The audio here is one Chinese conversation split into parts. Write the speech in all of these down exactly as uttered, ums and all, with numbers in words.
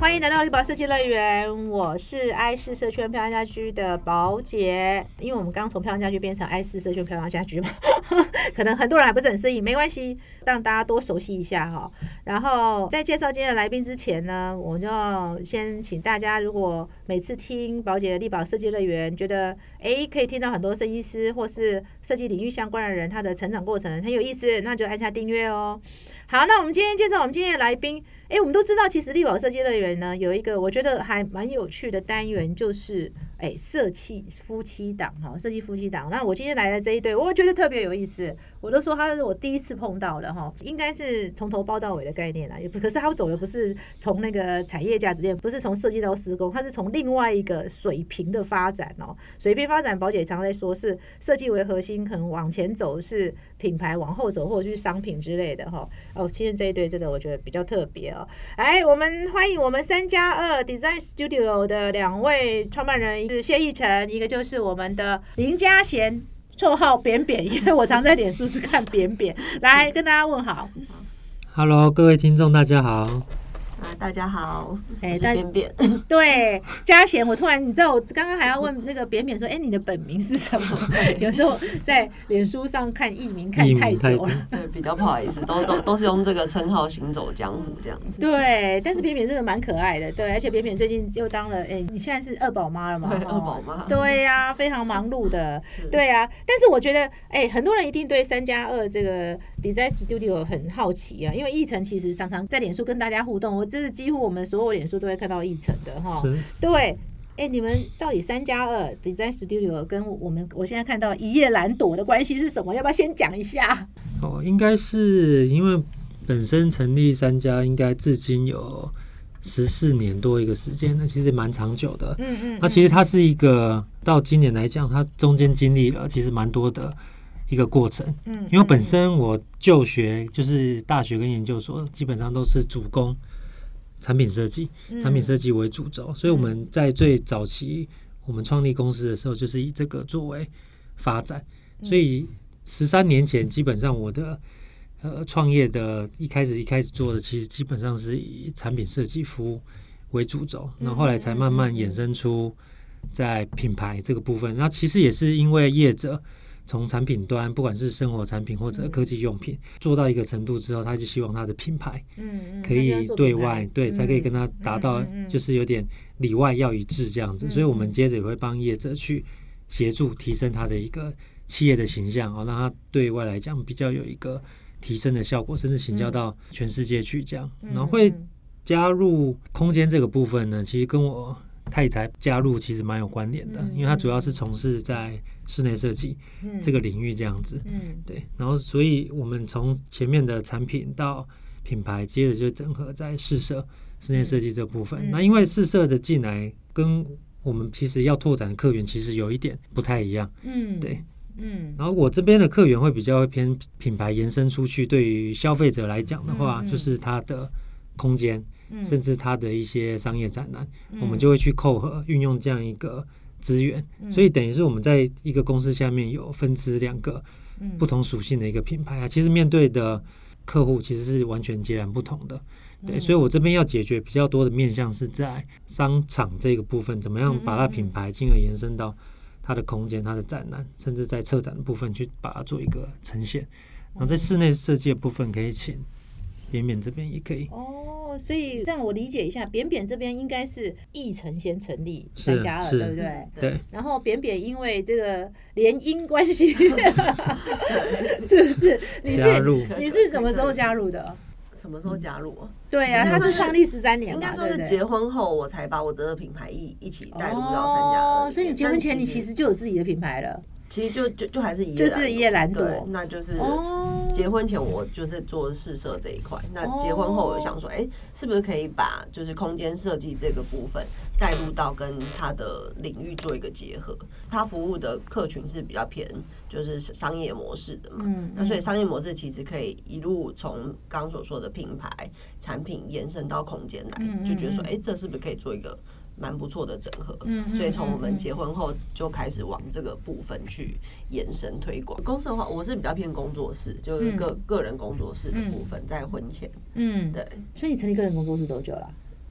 欢迎来到丽宝设计乐园，我是爱视社圈漂亮家居的宝姐。因为我们刚从漂亮家居变成爱视社圈漂亮家居嘛，可能很多人还不是很适应，没关系，让大家多熟悉一下哈。然后在介绍今天的来宾之前呢，我就先请大家，如果每次听宝姐的丽宝设计乐园，觉得哎可以听到很多设计师或是设计领域相关的人他的成长过程很有意思，那就按下订阅哦。好，那我们今天介绍我们今天的来宾。哎，我们都知道，其实丽宝设计乐园呢有一个我觉得还蛮有趣的单元，就是哎设计夫妻档哈，设计夫妻档。那我今天来的这一对，我觉得特别有意思。我都说他是我第一次碰到的哈，应该是从头包到尾的概念啦。可是他走的不是从那个产业价值链，不是从设计到施工，他是从另外一个水平的发展哦。水平发展，宝姐常在说是设计为核心，可能往前走是品牌，往后走或者是商品之类的哈。哦，今天这一对真的我觉得比较特别哦。来，我们欢迎我们三加二 Design Studio 的两位创办人，一个是谢奕成，一个就是我们的林嘉贤，绰号扁扁，因为我常在脸书是看扁扁。来跟大家问好。 Hello， 各位听众，大家好。 啊，大家好，我是哎扁扁。 对，嘉贤，我突然你知道，我刚刚还要问那个扁扁说，哎，你的本名是什么？有时候在脸书上看艺名看太久了， 对，比较不好意思，都都都是用这个称号行走江湖这样子。 对，但是扁扁真的蛮可爱的，对，而且扁扁最近又当了，哎，你现在是二宝妈了吗？ 对，二宝妈。 对呀、啊，非常忙碌的，对呀、啊。但是我觉得，哎，很多人一定对三加二这个 Design Studio 很好奇啊，因为奕成其实常常在脸书跟大家互动，我这是几乎我们所有脸书都会看到奕成的哈。对，哎，你们到底三加二 Design Studio 跟我们我现在看到一叶蓝朵的关系是什么？要不要先讲一下？ 哦，应该是因为本身成立三家，应该至今有十四年多一个时间，那其实蛮长久的。嗯 嗯, 嗯。那其实它是一个到今年来讲，它中间经历了其实蛮多的一个过程。嗯。因为本身我就学就是大学跟研究所，基本上都是主攻产品设计，产品设计为主轴、嗯，所以我们在最早期我们创立公司的时候，就是以这个作为发展。嗯、所以十三年前，基本上我的呃创业的一开始一开始做的，其实基本上是以产品设计服务为主轴，然后后来才慢慢衍生出在品牌这个部分。那其实也是因为业者从产品端，不管是生活产品或者科技用品、嗯、做到一个程度之后，他就希望他的品牌可以对外、嗯、对、嗯、才可以跟他达到就是有点里外要一致这样子、嗯、所以我们接着也会帮业者去协助提升他的一个企业的形象、哦、让他对外来讲比较有一个提升的效果，甚至行销到全世界去这样、嗯、然后会加入空间这个部分呢，其实跟我太太加入其实蛮有关联的、嗯、因为他主要是从事在室内设计这个领域这样子、嗯、对，然后所以我们从前面的产品到品牌，接着就整合在试设室内设计这部分、嗯、那因为试设的进来跟我们其实要拓展的客源其实有一点不太一样，嗯，对，嗯，然后我这边的客源会比较偏品牌延伸出去，对于消费者来讲的话、嗯嗯、就是它的空间、嗯、甚至它的一些商业展览、嗯、我们就会去扣合运用这样一个资源、嗯、所以等于是我们在一个公司下面有分支两个不同属性的一个品牌啊，其实面对的客户其实是完全截然不同的，对，所以我这边要解决比较多的面向是在商场这个部分，怎么样把它品牌进而延伸到它的空间、它的展览，甚至在策展的部分去把它做一个呈现。然后在室内设计的部分，可以请扁扁这边也可以。 哦，所以这样我理解一下，扁扁这边应该是奕成先成立三加二，对不对？ 对。 然后扁扁因为这个联姻关系，是不是？你是你是什么时候加入的？ 什么时候加入、啊？ 对啊，他是创立十三年， 应该说是结婚后我才把我这个品牌一一起带入到三加二。 所以你结婚前你其实就有自己的品牌了。 其实就就就还是一叶就是一叶蓝朵， 那就是结婚前我就是做试设这一块、哦，那结婚后我想说，哎、欸，是不是可以把就是空间设计这个部分带入到跟他的领域做一个结合？他服务的客群是比较偏就是商业模式的嘛，嗯、那所以商业模式其实可以一路从刚刚所说的品牌产品延伸到空间来，嗯、就觉得说，哎、欸，这是不是可以做一个蛮不错的整合，嗯、所以从我们结婚后就开始往这个部分去延伸推广。公司的话，我是比较偏工作室，就是个、嗯、个人工作室的部分，在婚前。嗯，对。 所以你成立个人工作室多久了？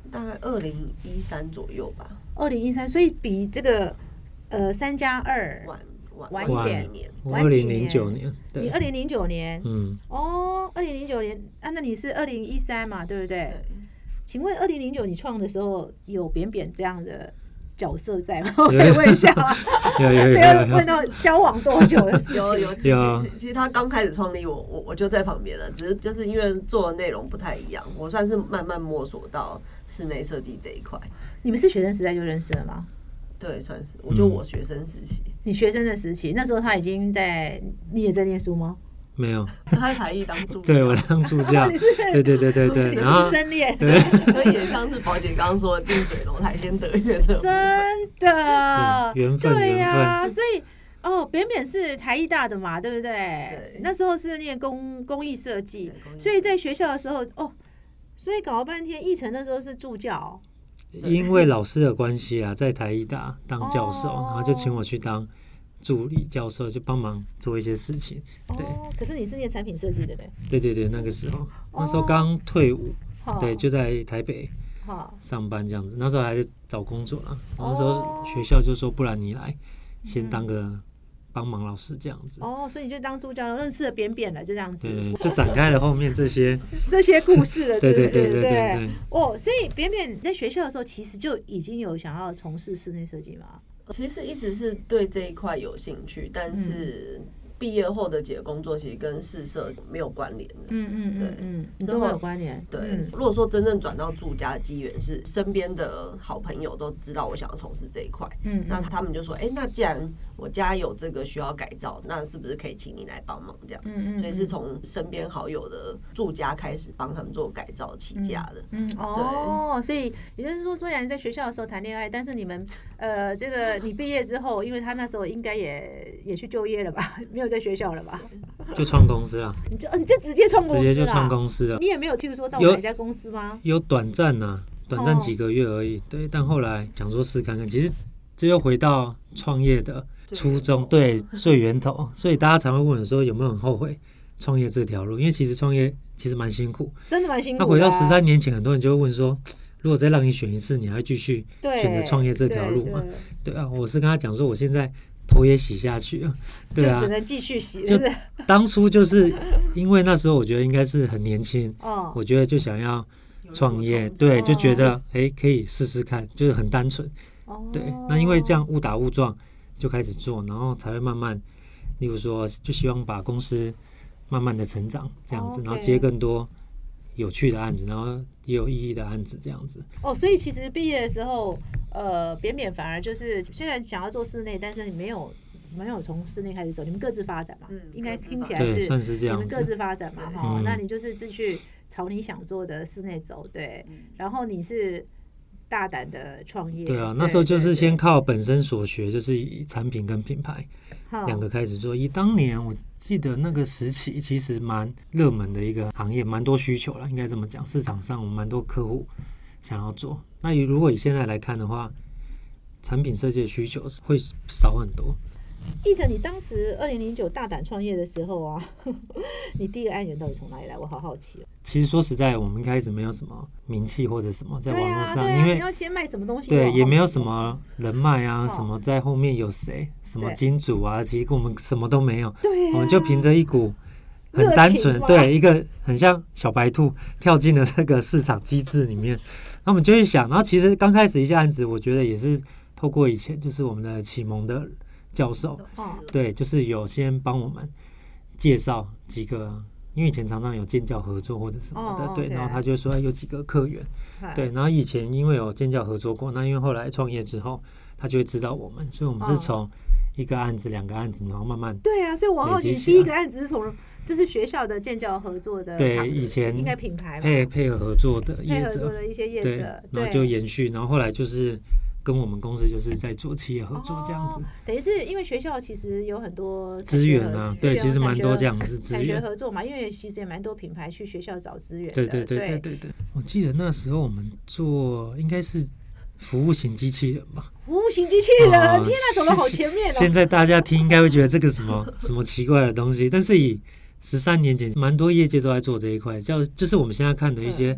大概二零一三左右吧。 二零一三，所以比这个呃三加二晚晚晚一点年， 我二零零九年， 你二零零九年， 嗯， 哦，二零零九年啊，那你是二零一三嘛，对不对？ 对。 请问二零零九你创的时候有扁扁这样的角色在吗？我可以问一下吗？ 有有有有有。 问到交往多久的事情？ 有有其实其实他刚开始创立我，我我就在旁边了，只是就是因为做的内容不太一样，我算是慢慢摸索到室内设计这一块。 你们是学生时代就认识了吗？ 对，算是。我就我学生时期、嗯。 你学生的时期，那时候他已经在，你也在念书吗？ 没有， 他在台艺当助教。 对，我当助教。 你是对对对对对， 然后生恋， 所以也像是宝姐刚刚说的近水楼台先得月的。 真的， 缘分， 对呀、 啊， 所以哦，扁扁是台艺大的嘛，对不对？ 对。 那时候是念工工艺设计，所以在学校的时候，哦，所以搞了半天，奕成那时候是助教。 因为老师的关系啊，在台艺大当教授， 哦、 然后就请我去当助理教授，就帮忙做一些事情。对、 哦，可是你是念产品设计的嘞？ 对对对，那个时候，哦、那时候刚退伍，哦、对，就在台北上班这样子。那时候还在找工作啦，哦、那时候学校就说，不然你来先当个帮忙老师这样子。 哦，所以你就当助教了，认识了扁扁了，就这样子。 对，就展开了后面这些这些故事了，是不是？ 对对对对 对, 对。 哦，所以扁扁在学校的时候，其实就已经有想要从事室内设计嘛。 其实一直是对这一块有兴趣，但是毕业后的几个工作其实跟试设没有关联的。 嗯嗯对嗯，都没有关联。 对、嗯，如果说真正转到住家的机缘是身边的好朋友都知道我想要从事这一块，嗯，那他们就说，哎、欸，那既然我家有这个需要改造，那是不是可以请你来帮忙这样？嗯嗯，所以是从身边好友的住家开始帮他们做改造起家的。 嗯，嗯哦，所以也就是说，虽然在学校的时候谈恋爱，但是你们呃，这个你毕业之后，因为他那时候应该也也去就业了吧，没有在学校了吧？ 就创公司啊！ 你就你就直接创公司了， 直接就创公司了。 你也没有譬如说到哪一家公司吗？ 有短暂呐、啊，短暂几个月而已。对，但后来想说试看看，其实这又回到创业的初衷，对，最源头。所以大家常会问我说，有没有很后悔创业这条路？因为其实创业其实蛮辛苦， 真的蛮辛苦的、啊。 那回到十三年前，很多人就会问说，如果再让你选一次，你还会继续选择创业这条路吗？对啊，我是跟他讲说，我现在头也洗下去了，对啊， 就只能继续洗。 就当初就是因为那时候我觉得应该是很年轻， 哦， 我觉得就想要创业，对，就觉得哎、欸、可以试试看，就是很单纯。哦，对，那因为这样误打误撞就开始做，然后才会慢慢，例如说就希望把公司慢慢的成长这样子， okay. 然后接更多有趣的案子，然后也有意义的案子这样子。 哦，所以其实毕业的时候，呃，扁扁反而就是虽然想要做室内，但是你没有没有从室内开始走，你们各自发展嘛，嗯，应该听起来是算是这样子， 你们各自发展嘛，哈、嗯，那你就是继续朝你想做的室内走，对，嗯、然后你是大胆的创业， 对啊，那时候就是先靠本身所学，就是以产品跟品牌两个开始做。以当年我记得那个时期，其实蛮热门的一个行业，蛮多需求了，应该这么讲。市场上我们蛮多客户想要做。那如果以现在来看的话，产品设计的需求会少很多。 奕成，你当时二零零九大胆创业的时候啊，你第一个案源到底从哪里来？我好好奇哦。 其实说实在，我们开始没有什么名气或者什么在网络上， 对啊对啊、 因为你要先卖什么东西， 对，也没有什么人脉啊， 哦、 什么在后面有谁，什么金主啊，其实跟我们什么都没有， 对、啊， 我们就凭着一股很单纯，对，一个很像小白兔跳进了这个市场机制里面，那我们就去想，然后其实刚开始一些案子，我觉得也是透过以前就是我们的启蒙的教授， 哦、 对，就是有先帮我们介绍几个，因为以前常常有建教合作或者什么的， 哦、 对， okay. 然后他就说有几个客源，对，然后以前因为有建教合作过，那因为后来创业之后，他就会知道我们，所以我们是从一个案子、两个案子，然后慢慢对啊，所以我好奇，第一个案子是从就是学校的建教合作的， 对，以前应该品牌配配合合作的业者， 配合合作的一些业者， 对，然后就延续，然后后来就是跟我们公司就是在做企业合作这样子，哦、 等于是因为学校其实有很多资源啊，对，其实蛮多这样子资源， 产学合作嘛，因为其实也蛮多品牌去学校找资源的， 对对对对对对。我记得那时候我们做应该是服务型机器人吧， 服务型机器人，哦、天哪，走得好前面哦！ 现在大家听应该会觉得这个什么什么奇怪的东西，但是以十三年前，蛮多业界都在做这一块，叫就是我们现在看的一些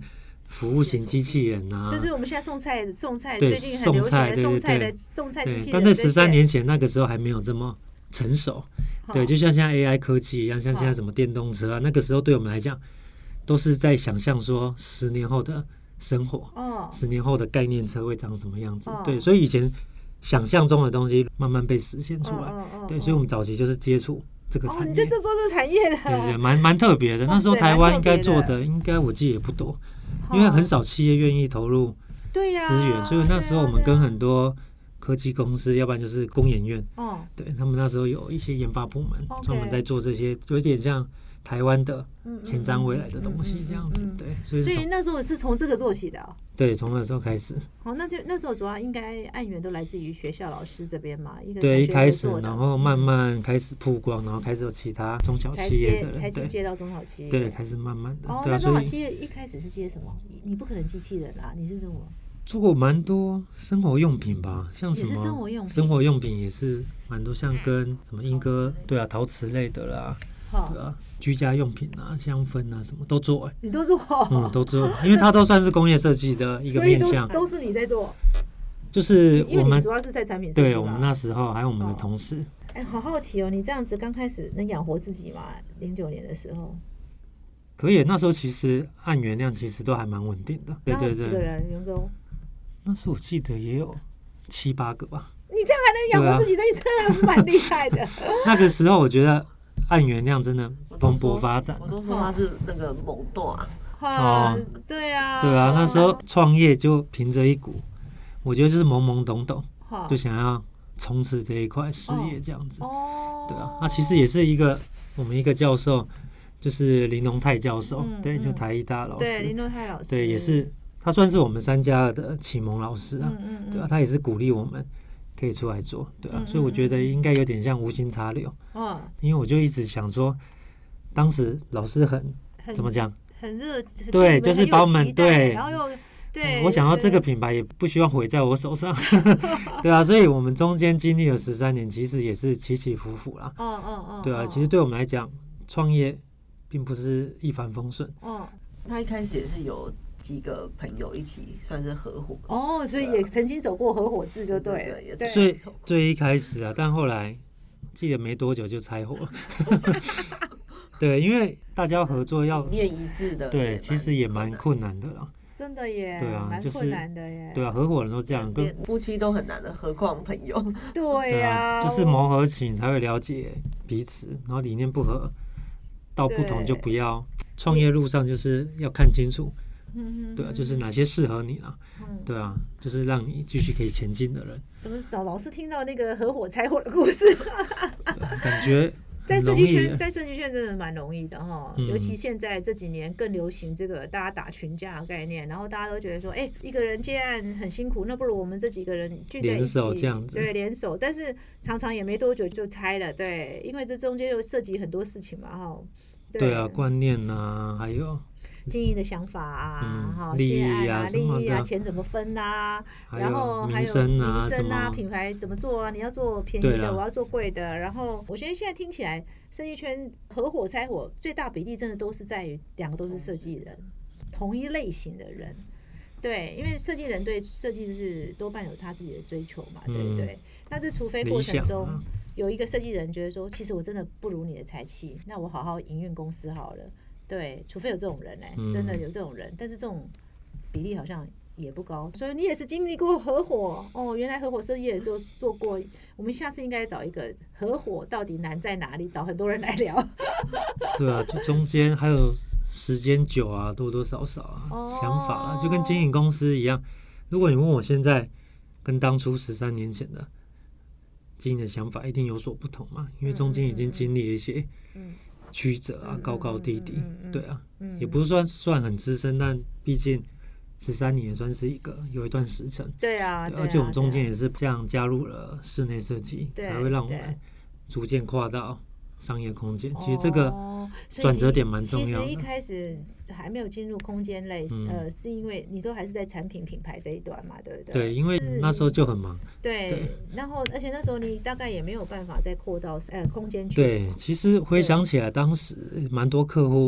服务型机器人啊， 就是我们现在送菜送菜对最近很流行的送菜的送菜机器人， 但在十三年前那个时候还没有这么成熟。对，就像现在 A I 科技一样，像现在什么电动车啊，那个时候对我们来讲都是在想象说十年后的生活，哦，十年后的概念车会长什么样子。哦，对，所以以前想象中的东西慢慢被实现出来。哦哦哦，对，所以我们早期就是接触这个产业。哦， 你就做做这产业的， 对对，蛮蛮特别的。那时候台湾应该做的，应该我记得也不多，因为很少企业愿意投入对呀资源，所以那时候我们跟很多科技公司，要不然就是工研院，哦，对他们那时候有一些研发部门，专门在做这些，有点像台湾的前瞻未来的东西这样子。对，所以所以那时候是从这个做起的。哦， 对，从那时候开始。 好，那就那时候主要应该案源都来自于学校老师这边嘛，一个对，一开始，然后慢慢开始曝光，然后开始有其他中小企业的人， 才接接到中小企业， 对，开始慢慢的。 哦，那中小企业一开始是接什么？你不可能机器人啊，你是什么？ 做过蛮多生活用品吧，像什么生活用品， 生活用品也是蛮多，像跟什么英歌，对啊，陶瓷类的啦，对啊，居家用品啊，香氛啊，什么都做。哎， 你都做？ 嗯，都做，因为它都算是工业设计的一个面向， 都是你在做。 就是我们主要是在产品设计， 对我们那时候还有我们的同事。 哎，好好奇哦，你这样子刚开始能养活自己吗？零九年的时候。 可以，那时候其实案源量其实都还蛮稳定的。对对对。 几个人员工？ 那时候我记得也有七八个吧。 你这样还能养活自己，那你真的蛮厉害的。 那个时候我觉得案源量真的蓬勃发展。 我都说他是那个猛段。 哦，对啊， 对啊，那时候创业就凭着一股，我觉得就是懵懵懂懂，就想要冲刺这一块事业这样子。哦，对啊，那其实也是一个我们一个教授，就是林荣泰教授，对，就台艺大老师， 对，林荣泰老师， 对，也是。他算是我们三家的启蒙老师啊，嗯嗯、对啊，他也是鼓励我们可以出来做，对啊，嗯嗯、所以我觉得应该有点像无心插柳，哦，因为我就一直想说，当时老师很, 很怎么讲， 很热， 对，就是把我们对， 然后又对、 嗯，我想要这个品牌也不希望毁在我手上，对啊，所以我们中间经历了十三年，其实也是起起伏伏啦，哦哦哦，对啊，其实对我们来讲，创业并不是一帆风顺，哦， 他一开始也是有几个朋友一起算是合伙哦，所以也曾经走过合伙制就对了。 对， 最最一开始啊，但后来记得没多久就拆伙了。对，因为大家合作要理念一致的， 对，其实也蛮困难的啦。 真的耶， 对啊， 蛮困难的耶。 对啊，合伙人都这样，跟夫妻都很难的，何况朋友。 对呀、 啊，就是磨合期你才会了解彼此，然后理念不合，道不同就不要。创业路上就是要看清楚。对啊，就是哪些适合你啊？嗯、对啊，就是让你继续可以前进的人。 怎么找老是听到那个合伙拆伙的故事？ 感觉在设计圈，在设计圈真的蛮容易的哈。嗯、尤其现在这几年更流行这个大家打群架的概念，然后大家都觉得说，哎、欸，一个人接案很辛苦，那不如我们这几个人聚在一起， 联手这样子， 对，联手。但是常常也没多久就拆了，对，因为这中间又涉及很多事情嘛，哈。 对, 对啊，观念啊，还有经营的想法啊，哈、嗯， 利益啊， 利益啊，钱怎么分啊，然后还有民生啊， 民生啊，品牌怎么做啊？你要做便宜的，我要做贵的。然后我觉得现在听起来，设计圈合伙拆伙最大比例真的都是在于两个都是设计人，同一类型的人。对，因为设计人对设计是多半有他自己的追求嘛，嗯、对不对？那这除非过程中。有一个设计人觉得说，其实我真的不如你的才气，那我好好营运公司好了。对，除非有这种人哎、欸，嗯、真的有这种人，但是这种比例好像也不高。所以你也是经历过合伙哦，原来合伙设计也是做过。我们下次应该找一个合伙到底难在哪里，找很多人来聊。 对啊，就中间还有时间久啊，多多少少啊，哦、想法啊，就跟经营公司一样。如果你问我现在跟当初十三年前的。经营的想法一定有所不同嘛，因为中间已经经历了一些曲折啊，嗯、高高低低，嗯、对啊，嗯、也不是算算很资深，但毕竟十三年也算是一个有一段时程， 对啊， 对，而且我们中间也是这样加入了室内设计，才会让我们逐渐跨到商业空间。其实这个转折点蛮重要的。 其实一开始还没有进入空间类，嗯、呃，是因为你都还是在产品品牌这一端嘛，对不对？ 对，因为那时候就很忙。 对，对然后而且那时候你大概也没有办法再扩到呃空间去。 对，其实回想起来，当时蛮多客户会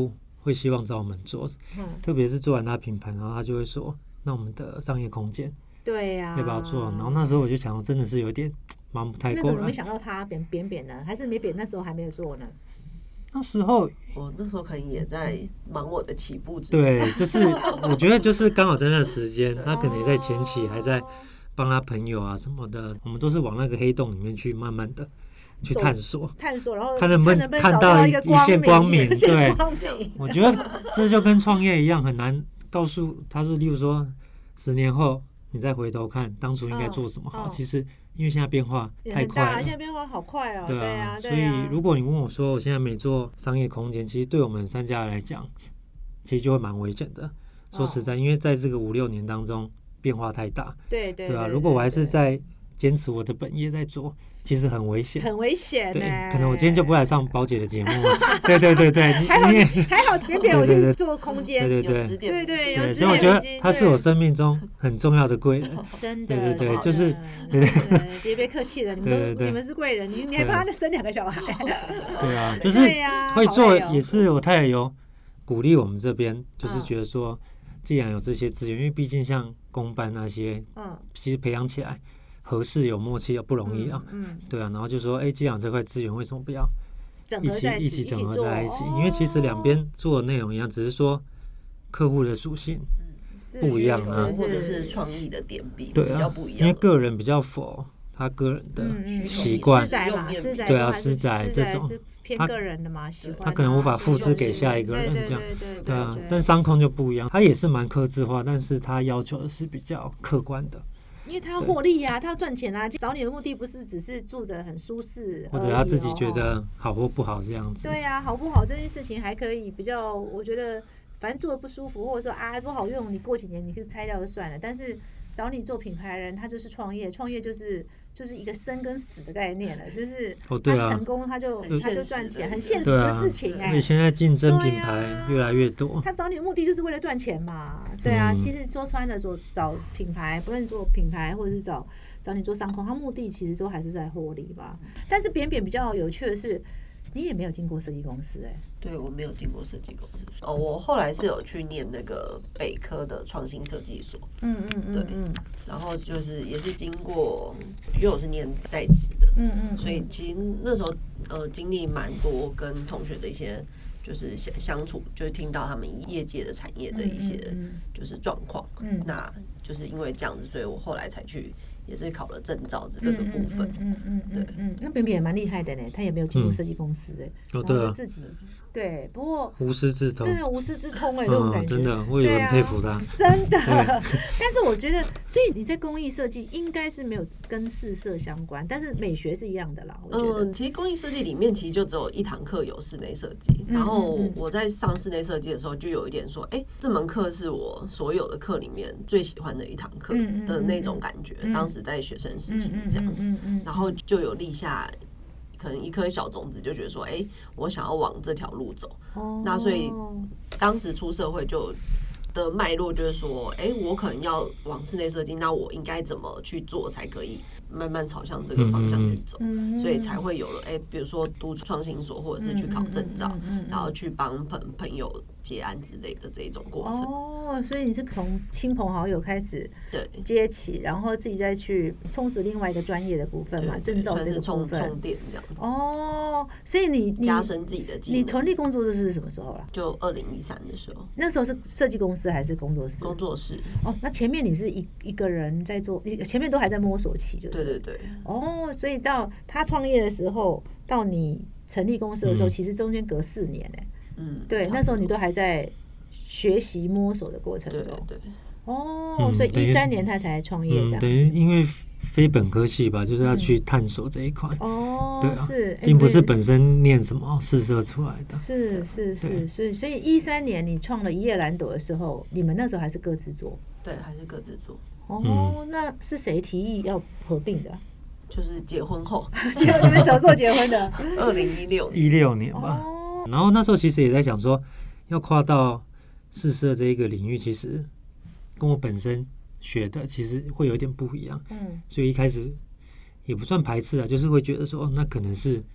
会希望找我们做，嗯、特别是做完他品牌，然后他就会说，那我们的商业空间， 对呀、啊， 要不要做？然后那时候我就想，真的是有点忙不太过来。 那时候怎么没想到他扁扁扁呢？还是没扁？那时候还没有做呢？ 那时候我那时候可能也在忙我的起步之对，就是我觉得就是刚好在那个时间，他可能也在前期还在帮他朋友啊什么的，我们都是往那个黑洞里面去慢慢的去探索， 探索，然后看能不能看到一线光明。对，我觉得这就跟创业一样，很难告诉他说，例如说十年后你再回头看当初应该做什么好， 哦哦、 其实。因为现在变化太快了， 现在变化好快哦，对啊， 对啊， 对啊， 所以如果你问我说我现在没做商业空间，其实对我们三家来讲，其实就会蛮危险的。说实在，因为在这个五六年当中变化太大， 对对对啊，如果我还是在坚持我的本业在做，其实很危险， 很危险。 对，可能我今天就不来上宝姐的节目了。对对对对， 还好还好，偏偏我去做空间， 对对对对对对， 所以我觉得他是我生命中很重要的贵人。 真的， 对对对，就是对对，别别客气了，你们都你们是贵人，你你还帮他生两个小孩。 对啊，就是会做，也是我太太有鼓励我们这边，就是觉得说，既然有这些资源，因为毕竟像公班那些，嗯，其实培养起来。合适有默契不容易啊，嗯嗯、对啊，然后就说，哎，既然这块资源为什么不要一起一起整合在一起？因为其实两边做的内容一样，只是说客户的属性不一样啊， 或者是创意的点比对啊， 比较不一样。 因为个人比较否他个人的习惯，对啊，私宅这种偏个人的嘛，习惯他可能无法复制给下一个人这样，对啊。但商空就不一样，他也是蛮客制化，但是他要求的是比较客观的。 因为他要获利啊，他要赚钱啊，找你的目的不是只是住得很舒适， 或者他自己觉得好或不好这样子。 对啊，好不好这件事情还可以比较，我觉得反正住得不舒服，或者说啊不好用，你过几年你可以拆掉就算了。但是找你做品牌人，他就是创业，创业就是就是一个生跟死的概念了，就是他成功他就、哦啊、他就赚钱，很现实的事情哎、欸。 所以现在竞争品牌越来越多， 他找你的目的就是为了赚钱嘛，对啊。嗯、其实说穿了，做找品牌，不论做品牌或者是找找你做商空，他目的其实都还是在获利吧。但是扁扁比较有趣的是。你也没有经过设计公司哎、欸？ 对，我没有经过设计公司。哦，我后来是有去念那个北科的创新设计所。嗯嗯嗯，对。然后就是也是经过，因为我是念在职的，嗯嗯，所以其实那时候呃经历蛮多跟同学的一些就是相相处，就是听到他们业界的产业的一些就是状况。嗯，那就是因为这样子，所以我后来才去。也是考了证照的这个部分，嗯嗯嗯，对， 嗯，那扁扁也蛮厉害的呢，他也没有经过设计公司哎， 哦对啊， 自己对，不过无师自通， 对，无师自通哎，这种感觉真的，我也很佩服他， 真的。但是我觉得，所以你在工艺设计应该是没有跟视设相关，但是美学是一样的啦。我觉得， 嗯，其实工艺设计里面其实就只有一堂课有室内设计，然后我在上室内设计的时候，就有一点说，哎，这门课是我所有的课里面最喜欢的一堂课的那种感觉，当时。在学生时期这样子，然后就有立下可能一颗小种子，就觉得说，哎、欸，我想要往这条路走。哦、那所以当时出社会就的脉络就是说，哎、欸，我可能要往室内设计，那我应该怎么去做才可以慢慢朝向这个方向去走？嗯、所以才会有了，哎、欸，比如说读创新所，或者是去考证照，然后去帮朋朋友接案之类的这一种过程。 哦，所以你是从亲朋好友开始对接起，然后自己再去充实另外一个专业的部分嘛，证照这个部分， 充电这样子。 哦，所以你加深自己的技能。 你成立工作室是什么时候了？ 就二零一三的时候。 那时候是设计公司还是工作室？ 工作室。 哦，那前面你是一一个人在做，前面都还在摸索期，就对对对。 哦，所以到他创业的时候，到你成立公司的时候，嗯、其实中间隔四年哎、欸。嗯，对，那时候你都还在学习摸索的过程中。 对对对。 哦，嗯、所以一三年他才创业这样子。 等于、嗯、因为非本科系吧，就是要去探索这一块。嗯、 哦， 对啊， 是， 并不是本身念什么试射出来的。 是是是，所以所以一三年你创了一叶蓝朵的时候，你们那时候还是各自做。 对，还是各自做。 哦，嗯、那是谁提议要合并的？ 就是结婚后， 结婚你们什么时候结婚的？ 二零一六一六年吧。哦、然后那时候其实也在想说，要跨到试射这一个领域，其实跟我本身学的其实会有一点不一样。嗯，所以一开始也不算排斥啊，就是会觉得说，哦、那可能是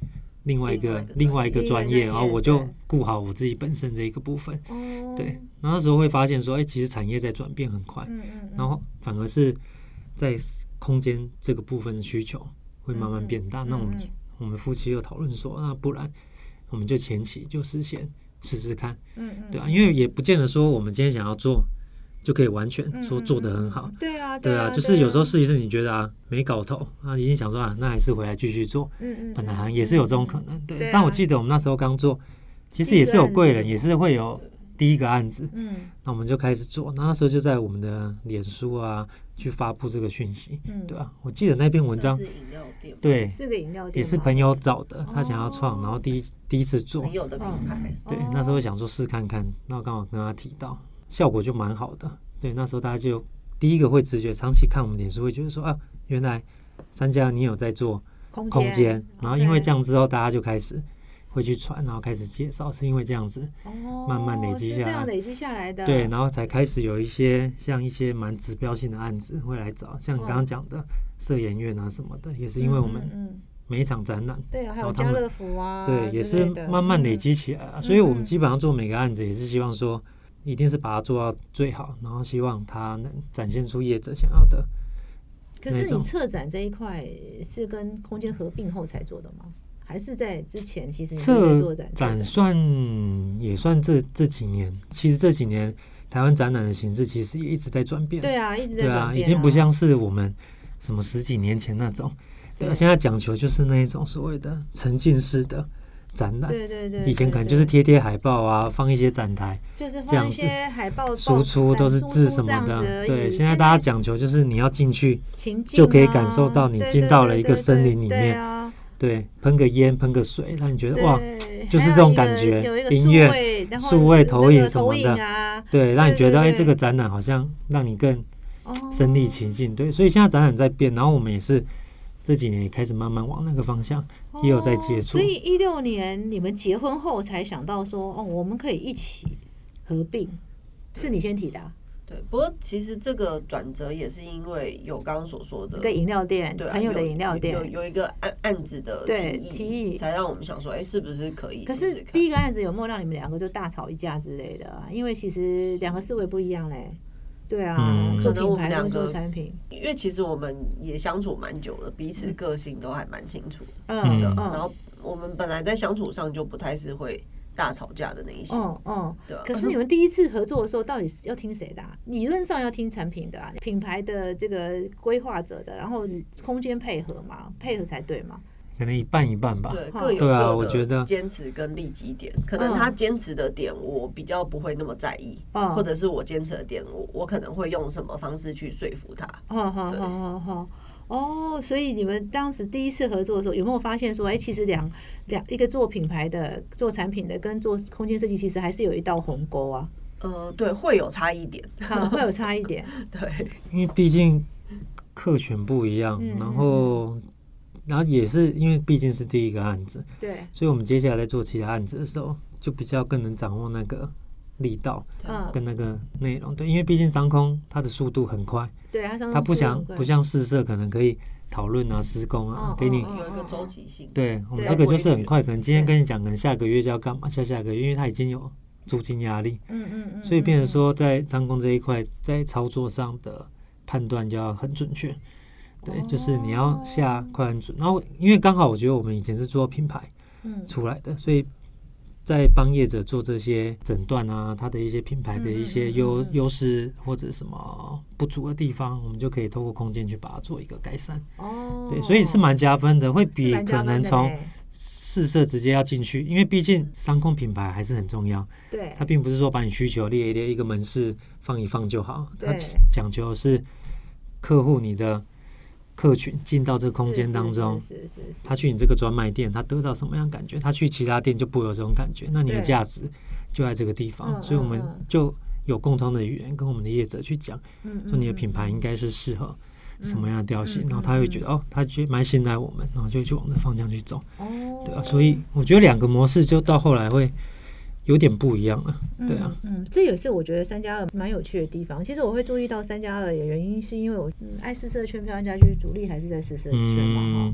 另外一个另外一个专业，然后我就顾好我自己本身这一个部分。哦，对，然后那时候会发现说，哎、欸，其实产业在转变很快，嗯嗯嗯，然后反而是在空间这个部分的需求会慢慢变大。嗯嗯，那我们我们夫妻又讨论说，那不然我们就前期就事先试试看，嗯嗯，对啊，因为也不见得说我们今天想要做就可以完全说做得很好，嗯嗯嗯， 对啊， 对啊，就是有时候试一试，你觉得啊没搞头啊，已经想说啊，那还是回来继续做，嗯嗯，本来好像也是有这种可能，对。对啊，但我记得我们那时候刚做，其实也是有贵人，也是会有第一个案子，嗯，那我们就开始做，那那时候就在我们的脸书啊去发布这个讯息，嗯，对啊，我记得那篇文章是饮料店， 对，是个饮料店， 也是朋友找的，他想要创，然后第一第一次做， 朋友的品牌， 对，那时候想说试看看，那我刚好跟他提到，效果就蛮好的。对，那时候大家就第一个会直觉，长期看我们脸书会觉得说啊，原来三家你有在做空间，然后因为这样之后，大家就开始会去传，然后开始介绍，是因为这样子，哦，慢慢累积下来， 是这样累积下来的， 对，然后才开始有一些像一些蛮指标性的案子会来找，像你刚刚讲的社研院啊什么的，也是因为我们每一场展览， 对啊，还有家乐福啊， 对，也是慢慢累积起来啊，所以我们基本上做每个案子也是希望说，一定是把它做到最好，然后希望它能展现出业者想要的。 可是你策展这一块是跟空间合并后才做的吗？还是在之前其实你在做展？ 展算也算这这几年，其实这几年台湾展览的形式其实也一直在转变。 对啊，一直在转变，啊， 对啊，已经不像是我们什么十几年前那种。对啊，现在讲求就是那一种所谓的沉浸式的展览， 对对 对, 對， 以前可能就是贴贴海报啊，放一些展台， 就是放一些海报， 输出都是字什么的。对，现在大家讲求就是你要进去，就可以感受到你进到了一个森林里面。对，喷个烟，喷个水，让你觉得哇，就是这种感觉。音乐、数位投影什么的，对，让你觉得哎，这个展览好像让你更身临其境。对，所以现在展览在变，然后我们也是。这几年也开始慢慢往那个方向，哦，也有在接触。 所以一六年你们结婚后才想到说，哦，我们可以一起合并，是你先提的，啊。 对，不过其实这个转折也是因为有刚刚所说的一个饮料店，对，啊，朋友的饮料店有, 有, 有一个案案子的提议，提议才让我们想说，哎，是不是可以试试看？ 可是第一个案子有没有让你们两个就大吵一架之类的，啊？因为其实两个思维不一样嘞。对啊，嗯，做品牌跟做产品， 因为其实我们也相处蛮久了，彼此个性都还蛮清楚的。 嗯， 对，然后我们本来在相处上就不太是会大吵架的那一些。 嗯嗯，对。可是你们第一次合作的时候，到底是要听谁的，啊？理论上要听产品的，啊，品牌的这个规划者的，然后空间配合嘛，配合才对嘛。 可能一半一半吧， 对，各有各的坚持跟利基点。可能他坚持的点，我比较不会那么在意，嗯，或者是我坚持的点，我我可能会用什么方式去说服他。 好好好好好，哦，所以你们当时第一次合作的时候，有没有发现说，哎，其实两两一个做品牌的、做产品的，跟做空间设计，其实还是有一道鸿沟啊？ 呃，对，会有差异点， 嗯，会有差异点， 对， 因为毕竟客群不一样，嗯，然后。然后也是因为毕竟是第一个案子， 对， 所以我们接下来在做其他案子的时候，就比较更能掌握那个力道跟那个内容。对，因为毕竟商空它的速度很快， 对， 它不像不像试色可能可以讨论啊、施工啊， 哦， 给你有一个周期性。 对，我们这个就是很快，可能今天跟你讲，可能下个月就要干嘛，下下个月，因为它已经有租金压力， 嗯嗯嗯， 所以变成说在商空这一块，在操作上的判断就要很准确。对，就是你要下快很准，然后因为刚好我觉得我们以前是做品牌出来的，嗯，所以在帮业者做这些诊断啊，它的一些品牌的一些优优势或者什么不足的地方，我们就可以透过空间去把它做一个改善。 哦， 对，所以是蛮加分的，会比可能从试色直接要进去，因为毕竟商空品牌还是很重要。 对， 它并不是说把你需求列一列，一个门市放一放就好，它讲究的是客户你的。客群进到这个空间当中，他去你这个专卖店，他得到什么样的感觉？他去其他店就不会有这种感觉。那你的价值就在这个地方，所以我们就有共同的语言跟我们的业者去讲，说你的品牌应该是适合什么样的调性，然后他会觉得哦，他觉得蛮信赖我们，然后就去往这方向去走。对啊，所以我觉得两个模式就到后来会有点不一样了，对啊， 嗯，嗯，这也是我觉得三加二蛮有趣的地方。其实我会注意到三加二的原因，是因为我、嗯、爱试色圈漂亮家居主力还是在试色圈嘛，嗯、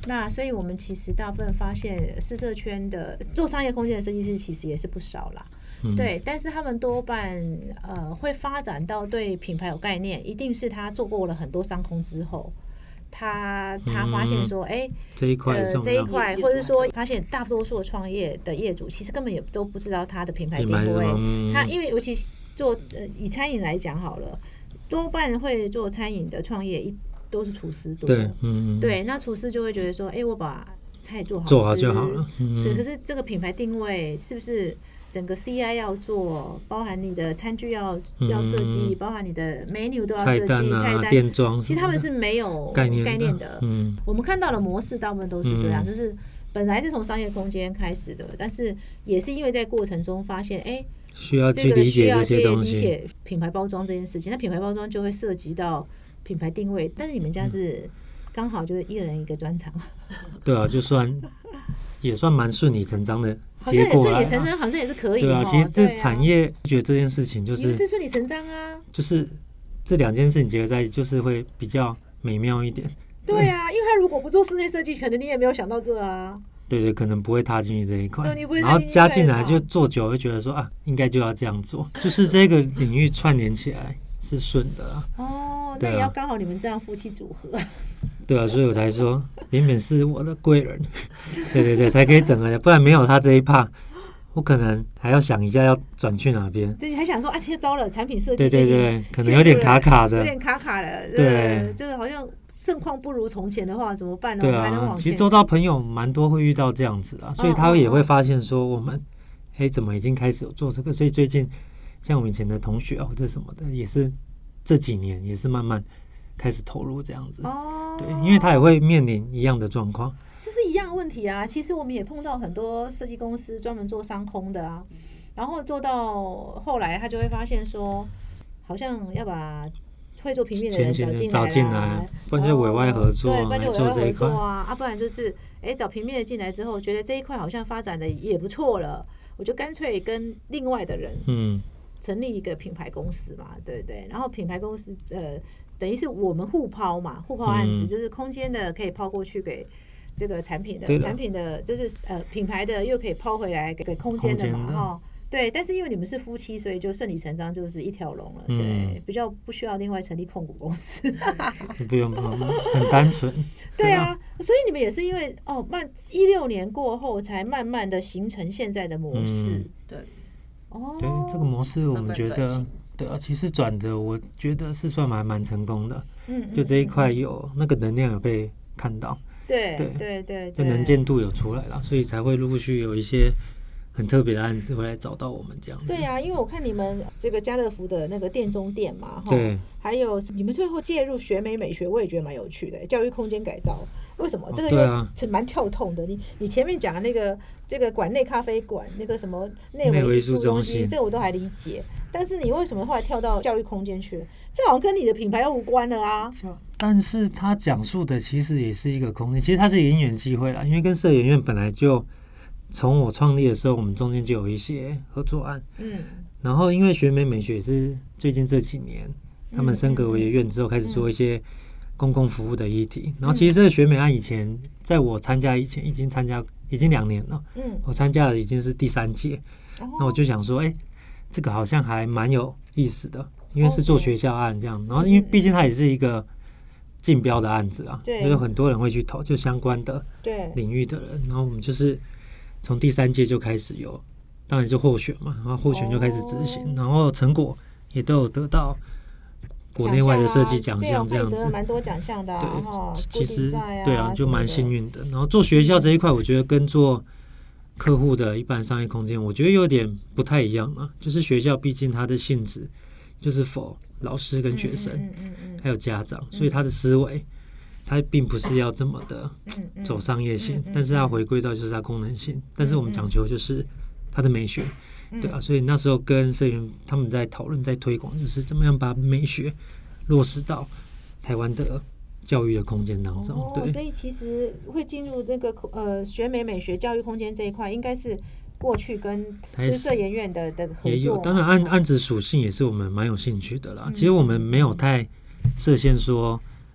那所以我们其实大部分发现试社圈的做商业空间的设计师其实也是不少啦。嗯、对，但是他们多半呃会发展到对品牌有概念，一定是他做过了很多商空之后，他他发现说，哎、嗯， 这一块、呃、 这一块，或者说发现大多数的创业的业主其实根本也都不知道他的品牌定位，嗯、他因为尤其做呃以餐饮来讲好了，多半会做餐饮的创业一都是厨师多， 对，嗯， 对，那厨师就会觉得说，哎，我把菜做好吃， 做好就好了， 嗯、是，可是这个品牌定位是不是？整个 C I 要做，包含你的餐具要要设计，嗯、包含你的 menu 都要设计，菜单、啊、菜单店装， 其实他们是没有概念的。 概念的嗯、我们看到的模式大部分都是这样，嗯、就是本来是从商业空间开始的，但是也是因为在过程中发现，哎， 需要去理解这些东西， 理解品牌包装这件事情。那品牌包装就会涉及到品牌定位，但是你们家是刚好就是一人一个专长。 对啊，就算也算蛮顺理成章的。 好像也顺理成章，好像也是可以。 对啊，其实这产业觉得这件事情就是， 你们是顺理成章啊。 就是这两件事情结合在一起，就是会比较美妙一点。 对啊，因为他如果不做室内设计，可能你也没有想到这啊。 对对，可能不会踏进去这一块。 对，你不会然后加进来就做久，会觉得说啊，应该就要这样做，就是这个领域串联起来是顺的啊。 哦，那也要刚好你们这样夫妻组合。 对啊，所以我才说扁扁是我的贵人，对对对，才可以整合的，不然没有他这一趴，我可能还要想一下要转去哪边。 对，你还想说啊，贴招了产品设计， 对对对，可能有点卡卡的， 有点卡卡的， 对， 就是好像盛况不如从前的话怎么办呢？ 对啊， 还能往前。 其实周遭朋友蛮多会遇到这样子啊，所以他也会发现说我们哎、哦哦、怎么已经开始有做这个，所以最近像我们以前的同学啊或者什么的，也是这几年也是慢慢开始投入这样子。哦。对，因为他也会面临一样的状况， 这是一样的问题啊。其实我们也碰到很多设计公司专门做商空的啊，然后做到后来，他就会发现说，好像要把会做平面的人找进来， 找进来，不然就委外合作， 对，不然就委外合作啊，啊，不然就是哎找平面的进来之后，觉得这一块好像发展的也不错了，我就干脆跟另外的人嗯成立一个品牌公司嘛，对不对？然后品牌公司呃。等于是我们互抛嘛，互抛案子、嗯、就是空间的可以抛过去给这个产品的，产品的就是呃品牌的又可以抛回来给给空间的嘛，哈，对。但是因为你们是夫妻，所以就顺理成章就是一条龙了，嗯、对，比较不需要另外成立控股公司， 不用不用，很单纯。 对啊，所以你们也是因为哦，慢一六年过后才慢慢的形成现在的模式，嗯、 对， 哦， 对，这个模式我们觉得。对啊，其实转的我觉得是算蛮蛮成功的，嗯，就这一块有那个能量有被看到， 对对对对， 就能见度有出来了，所以才会陆续有一些很特别的案子会来找到我们这样子。 对啊，因为我看你们这个家乐福的那个店中店嘛， 对， 还有你们最后介入学美美学，我也觉得蛮有趣的，教育空间改造。为什么这个是蛮跳痛的？你你前面讲的那个这个馆内咖啡馆，那个什么内微艺术中心，这个我都还理解。但是你为什么后来跳到教育空间去了？这好像跟你的品牌又无关了啊！ 但是他讲述的其实也是一个空间，其实它是一个因缘际会啦。因为跟社研院本来就从我创立的时候，我们中间就有一些合作案。嗯。然后因为学美美学也是最近这几年，他们升格为院之后，开始做一些公共服务的议题。然后其实这个学美案以前，在我参加以前已经参加已经两年了。嗯。我参加的已经是第三届。哦。那我就想说，哎、欸。这个好像还蛮有意思的，因为是做学校案这样， okay. 然后因为毕竟它也是一个竞标的案子啊，就有很多人会去投，就相关的领域的人，然后我们就是从第三届就开始有，当然就获选嘛，然后获选就开始执行， oh. 然后成果也都有得到国内外的设计奖项这样子， 蛮多奖项的、啊， 对，其实对啊，就蛮幸运的。然后做学校这一块，我觉得跟做客户的一般商业空间，我觉得有点不太一样嘛。就是学校毕竟它的性质就是否老师跟学生，嗯嗯嗯、还有家长，所以他的思维，它并不是要这么的走商业性，嗯嗯、但是它回归到就是它功能性。但是我们讲求就是它的美学，嗯、对啊。所以那时候跟社员他们在讨论，在推广，就是怎么样把美学落实到台湾的教育的空间当中，对、 哦，所以其实会进入那个呃学美美学教育空间这一块，应该是过去跟就是社研院的的合作也有，当然案案子属性也是我们蛮有兴趣的啦。嗯、其实我们没有太设限说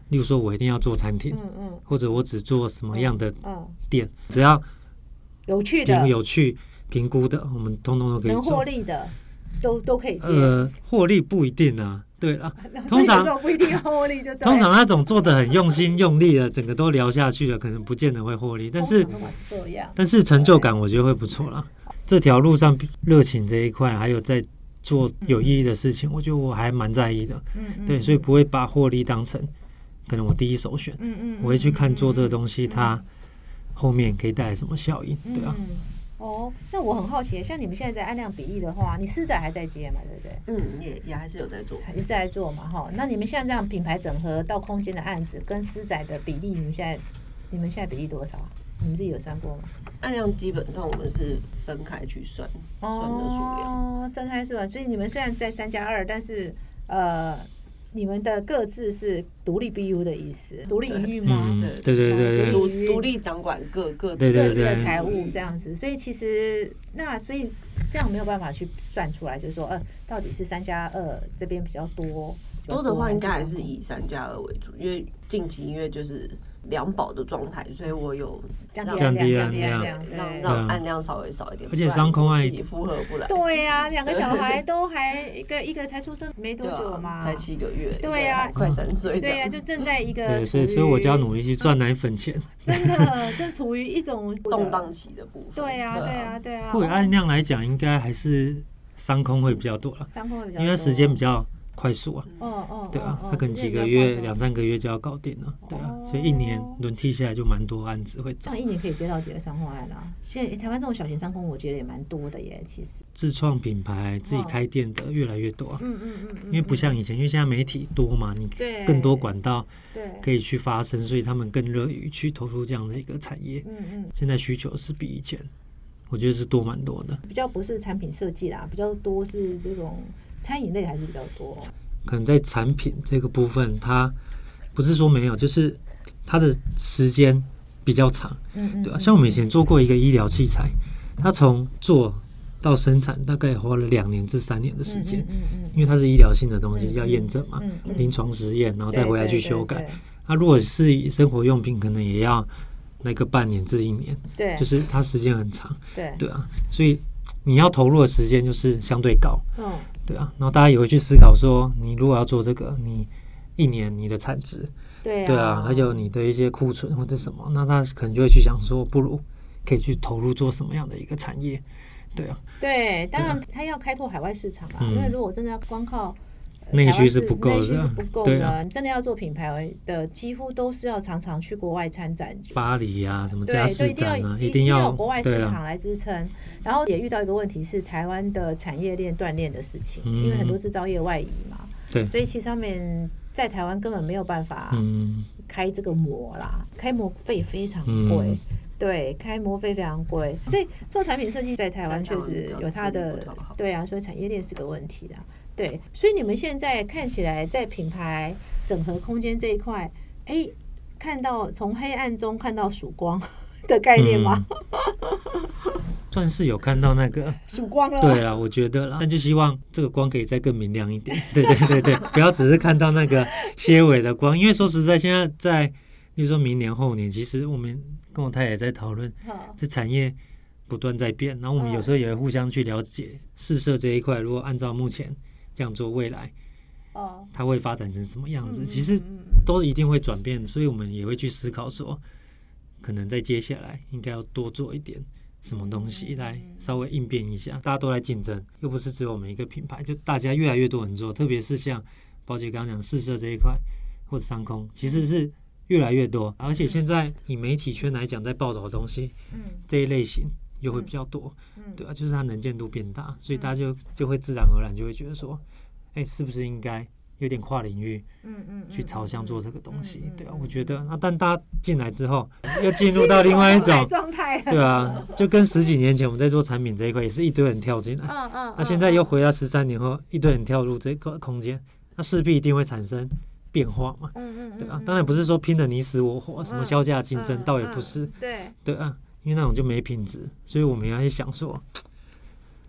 例如说我一定要做餐厅， 嗯嗯， 或者我只做什么样的嗯， 店，只要有趣的、 有趣评估的，我们通通都可以做。 能获利的都都可以接。 呃，获利不一定啊，对啦， 通通常常不一定要获利就对。 通常那种做的很用心用力的，整个都聊下去了，可能不见得会获利，但是通常都是这样， 但是成就感我觉得会不错啦。这条路上热情这一块，还有在做有意义的事情，我觉得我还蛮在意的。 嗯嗯， 对，所以不会把获利当成可能我第一首选。 嗯嗯， 我会去看做这个东西，它后面可以带来什么效应，对啊。 哦，那我很好奇，像你们现在在按量比例的话，你私宅还在接嘛，对不对？ 嗯，也也还是有在做， 也是在做嘛，哈。那你们像这样品牌整合到空间的案子，跟私宅的比例，你们现在你们现在比例多少？你们自己有算过吗？ 按量基本上我们是分开去算，算的数量。 哦，分开算，所以你们虽然在三加二，但是呃。你们的各自是独立 B U 的意思，独立营运吗？ 嗯，对对对对， 独独立掌管各各自各自的财务这样子，所以其实那所以这样没有办法去算出来，就是说，呃，到底是三加二这边比较多， 多的话应该还是以三加二为主，因为近期因为就是两保的状态，所以我有降低降低降低让让按量稍微少一点， 而且商空案自己负荷不来。 对呀、啊，两个小孩都还一个一个才出生没多久嘛， 才七个月， 对呀、啊， 快三岁， 对呀、啊，就正在一个对，所以所以我就要努力去赚奶粉钱。 真的，正处于一种动荡期的部分。 对呀、啊，对呀、啊，对啊。 不过按量来讲，应该还是商空会比较多了， 商空会比较多， 因为时间比较快速啊， 哦哦， 对啊，他可能几个月、两三个月就要搞定了，对啊，所以一年轮替下来就蛮多案子会找。 这样一年可以接到几个商空案啊？现在台湾这种小型商空，我觉得也蛮多的耶，其实。 自创品牌、自己开店的越来越多啊， 嗯嗯嗯， 因为不像以前，因为现在媒体多嘛，你更多管道可以去发声，所以他们更乐于去投入这样的一个产业。嗯嗯，现在需求是比以前，我觉得是多蛮多的。 比较不是产品设计啦，比较多是这种餐饮类还是比较多。 可能在产品这个部分，它不是说没有，就是它的时间比较长，嗯对吧、啊？像我们以前做过一个医疗器材，它从做到生产大概花了两年至三年的时间，嗯嗯，因为它是医疗性的东西，嗯、要验证嘛，嗯嗯、临床实验，然后再回来去修改。那、啊、如果是以生活用品，可能也要那个半年至一年，对，就是它时间很长，对对啊，所以你要投入的时间就是相对高，嗯。对啊，然后大家也会去思考说，你如果要做这个，你一年你的产值，对啊，对啊，还有你的一些库存或者什么，那他可能就会去想说，不如可以去投入做什么样的一个产业，对啊， 对，当然他要开拓海外市场啊，嗯、因为如果真的要光靠内需是不够的， 内需是不够的，啊、你真的要做品牌的，几乎都是要常常去国外参展， 巴黎啊，什么佳士展啊， 一定要有国外市场来支撑。啊、然后也遇到一个问题是台湾的产业链断裂的事情，嗯、因为很多制造业外移嘛，对，所以其实上面在台湾根本没有办法开这个模啦，开模费非常贵。嗯对，开模费非常贵，所以做产品设计在台湾确实有它的，对啊，所以产业链是个问题的。对，所以你们现在看起来在品牌整合空间这一块，哎，看到从黑暗中看到曙光的概念吗？ 嗯、算是有看到那个曙光了。 对啊，我觉得啦，那就希望这个光可以再更明亮一点。对对对对，不要只是看到那个些微的光，因为说实在，现在在，比如说明年后年，其实我们跟我太太也在讨论，这产业不断在变，然后我们有时候也会互相去了解试射这一块，如果按照目前这样做，未来它会发展成什么样子，其实都一定会转变，所以我们也会去思考说，可能在接下来应该要多做一点什么东西来稍微应变一下。大家都来竞争，又不是只有我们一个品牌，就大家越来越多人做，特别是像宝姐刚刚讲试射这一块或者商空，其实是越来越多，而且现在以媒体圈来讲，在报道的东西，嗯，这一类型又会比较多，嗯，对啊，就是它能见度变大，所以大家就就会自然而然就会觉得说，哎、欸，是不是应该有点跨领域，嗯嗯，去朝向做这个东西，对啊，我觉得，那但大家进来之后，又进入到另外一种状态， 对啊，就跟十几年前我们在做产品这一块，也是一堆人跳进来，嗯嗯，那现在又回到十三年后，一堆人跳入这个空间，那势必一定会产生变化嘛，嗯嗯，对啊，当然不是说拼得你死我活，什么销价竞争，倒也不是，对对啊，因为那种就没品质，所以我们要去想说，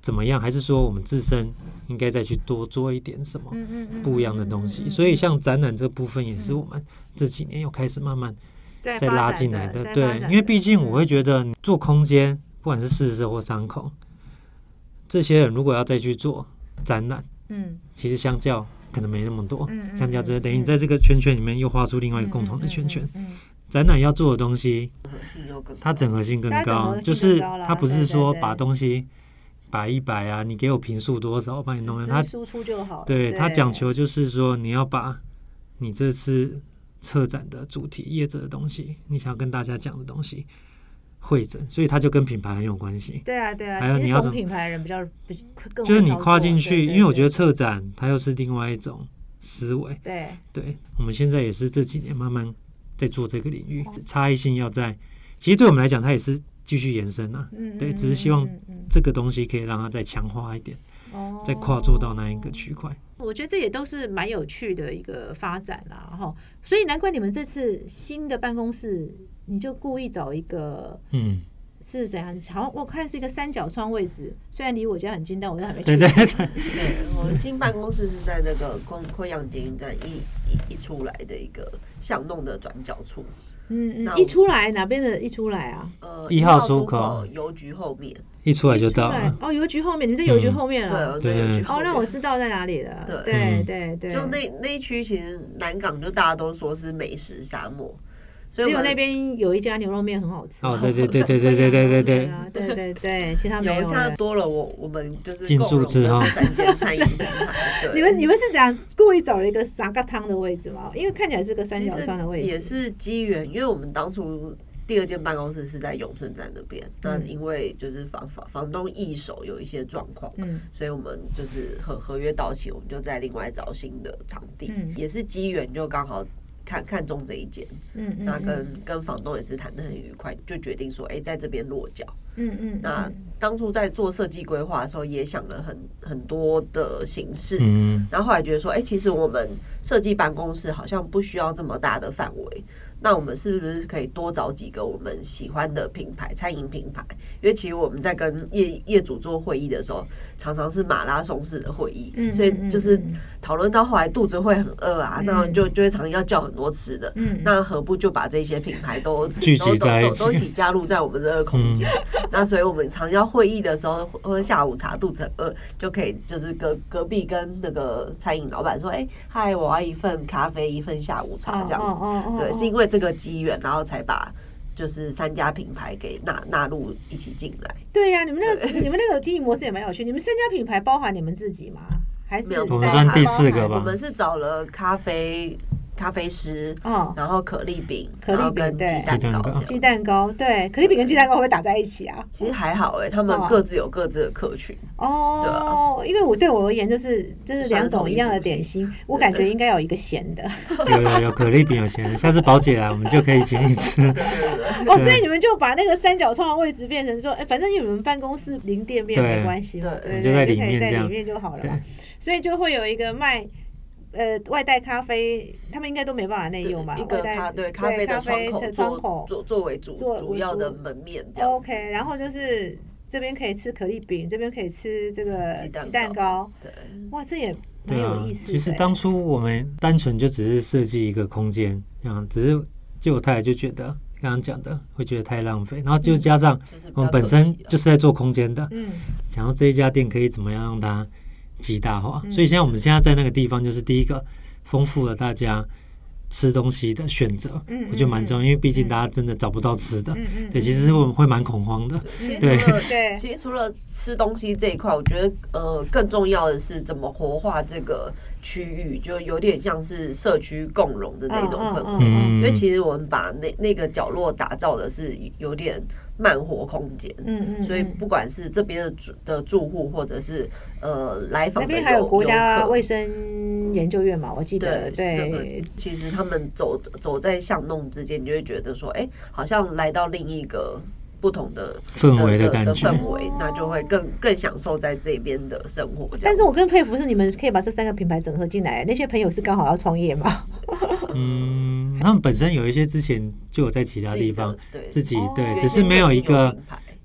怎么样，还是说我们自身应该再去多做一点什么不一样的东西？所以像展览这部分也是我们这几年又开始慢慢再拉进来的。对，因为毕竟我会觉得做空间，不管是试色或商空，这些人如果要再去做展览，嗯，其实相较可能没那么多，嗯、相较之等于你在这个圈圈里面又画出另外一个共同的圈圈。嗯嗯嗯嗯、展览要做的东西，它整合性更高，就是它不是说把东西摆一摆啊，你给我坪数多少，我帮你弄，它输出就好了。 对，它讲求就是说你要把你这次策展的主题、业者的东西，你想要跟大家讲的东西。会诊，所以它就跟品牌很有关系。 对啊，对啊。 还有你要懂品牌的人比较更就是你跨进去，对对对，因为我觉得策展它又是另外一种思维。 对对，我们现在也是这几年慢慢在做这个领域，哦、差异性要在，其实对我们来讲，它也是继续延伸啊。嗯、对，只是希望这个东西可以让它再强化一点，哦、再跨做到那一个区块。 我觉得这也都是蛮有趣的一个发展啦，哈。所以难怪你们这次新的办公室。你就故意找一个，嗯，是怎样？好像我看是一个三角窗位置，虽然离我家很近，但我都还没去。 对对对， 对，我们新办公室是在那个昆昆阳捷运站一一一出来的一个巷弄的转角处。 嗯嗯，一出来哪边的？一出来啊？ 呃， 一号出口邮局后面。 一出来就到了。 哦，邮局后面，你们在邮局后面了。 嗯、对，邮局后面。 哦，那我知道在哪里了。 对对对对， 就那那一区，其实南港就大家都说是美食沙漠。 只有那边有一家牛肉面很好吃。 哦，对对对对对对对对对对对对，其他没有。 现在多了我我们就是进驻之后三间餐饮品牌。 你们你们是这样故意找了一个沙咖汤的位置吗？因为看起来是个三角窗的位置。 也是机缘，因为我们当初第二间办公室是在永春站那边，那、嗯、因为就是房房房东易手有一些状况，嗯，所以我们就是合合约到期，我们就在另外找新的场地，嗯、也是机缘就刚好。看看中这一间，嗯嗯，那跟跟房东也是谈得很愉快，就决定说，哎、欸，在这边落脚，嗯嗯。那当初在做设计规划的时候，也想了很很多的形式，嗯，然后后来觉得说，哎、欸，其实我们设计办公室好像不需要这么大的范围，那我们是不是可以多找几个我们喜欢的品牌，餐饮品牌？因为其实我们在跟业业主做会议的时候，常常是马拉松式的会议，嗯、所以就是讨论到后来肚子会很饿啊，嗯、那就就会常常要叫很多吃的，嗯、那何不就把这些品牌都聚集在一起， 都一起加入在我们这个空间？嗯、那所以我们常要会议的时候喝下午茶，肚子很饿，就可以就是隔隔壁跟那个餐饮老板说，哎、欸，嗨，我要一份咖啡，一份下午茶这样子。哦哦哦哦对，是因为这个机缘，然后才把就是三家品牌给纳纳入一起进来。 对呀、啊，你们那你们那个经营模式也蛮有趣。你们三家品牌包含你们自己吗？还是我们算第四个吧？ 我们是找了咖啡。咖啡师，哦，然后可丽饼， 可丽饼跟鸡蛋糕， 鸡蛋糕对，可丽饼跟鸡蛋糕会不会打在一起啊？ 其实还好哎、欸，他们各自有各自的客群哦。对啊，因为我对我而言就是这是两种一样的点心，我感觉应该有一个咸的。 有有有可丽饼有咸的，下次宝姐来我们就可以请你吃。 哦，所以你们就把那个三角窗的位置变成说，哎，反正因为你们办公室离店面没关系嘛，对对， 就在里面， 就可以在里面就好了嘛。所以就会有一个卖。呃，外带咖啡，他们应该都没办法内用吧？ 一个咖对咖啡的窗口，窗口作作为主主要的门面这样。 OK， 然后就是这边可以吃可丽饼，这边可以吃这个鸡蛋糕。对，哇，这也蛮有意思的、 啊。其实当初我们单纯就只是设计一个空间，这样，只是就我太太就觉得刚刚讲的会觉得太浪费，然后就加上我们本身就是在做空间的，嗯，想要这一家店可以怎么样让它。极大化，所以现在我们现在在那个地方，就是第一个丰富了大家吃东西的选择，嗯、我觉得蛮重要，因为毕竟大家真的找不到吃的，嗯、对，其实我们会蛮恐慌的。 其实除了对，其实除了吃东西这一块，我觉得呃更重要的是怎么活化这个区域，就有点像是社区共融的那种氛围。嗯、因为其实我们把那那个角落打造的是有点。慢活空间，嗯嗯，所以不管是这边的住的住户，或者是呃来访的那边还有国家卫生研究院嘛，我记得对， 对、那个，其实他们走走在巷弄之间，你就会觉得说，哎、欸，好像来到另一个不同的氛围的感觉， 的氛围，那就会更更享受在这边的生活。 但是我更佩服是你们可以把这三个品牌整合进来，那些朋友是刚好要创业吗？ 嗯，他们本身有一些之前就有在其他地方自己 对, 自己、哦、对，只是没有一个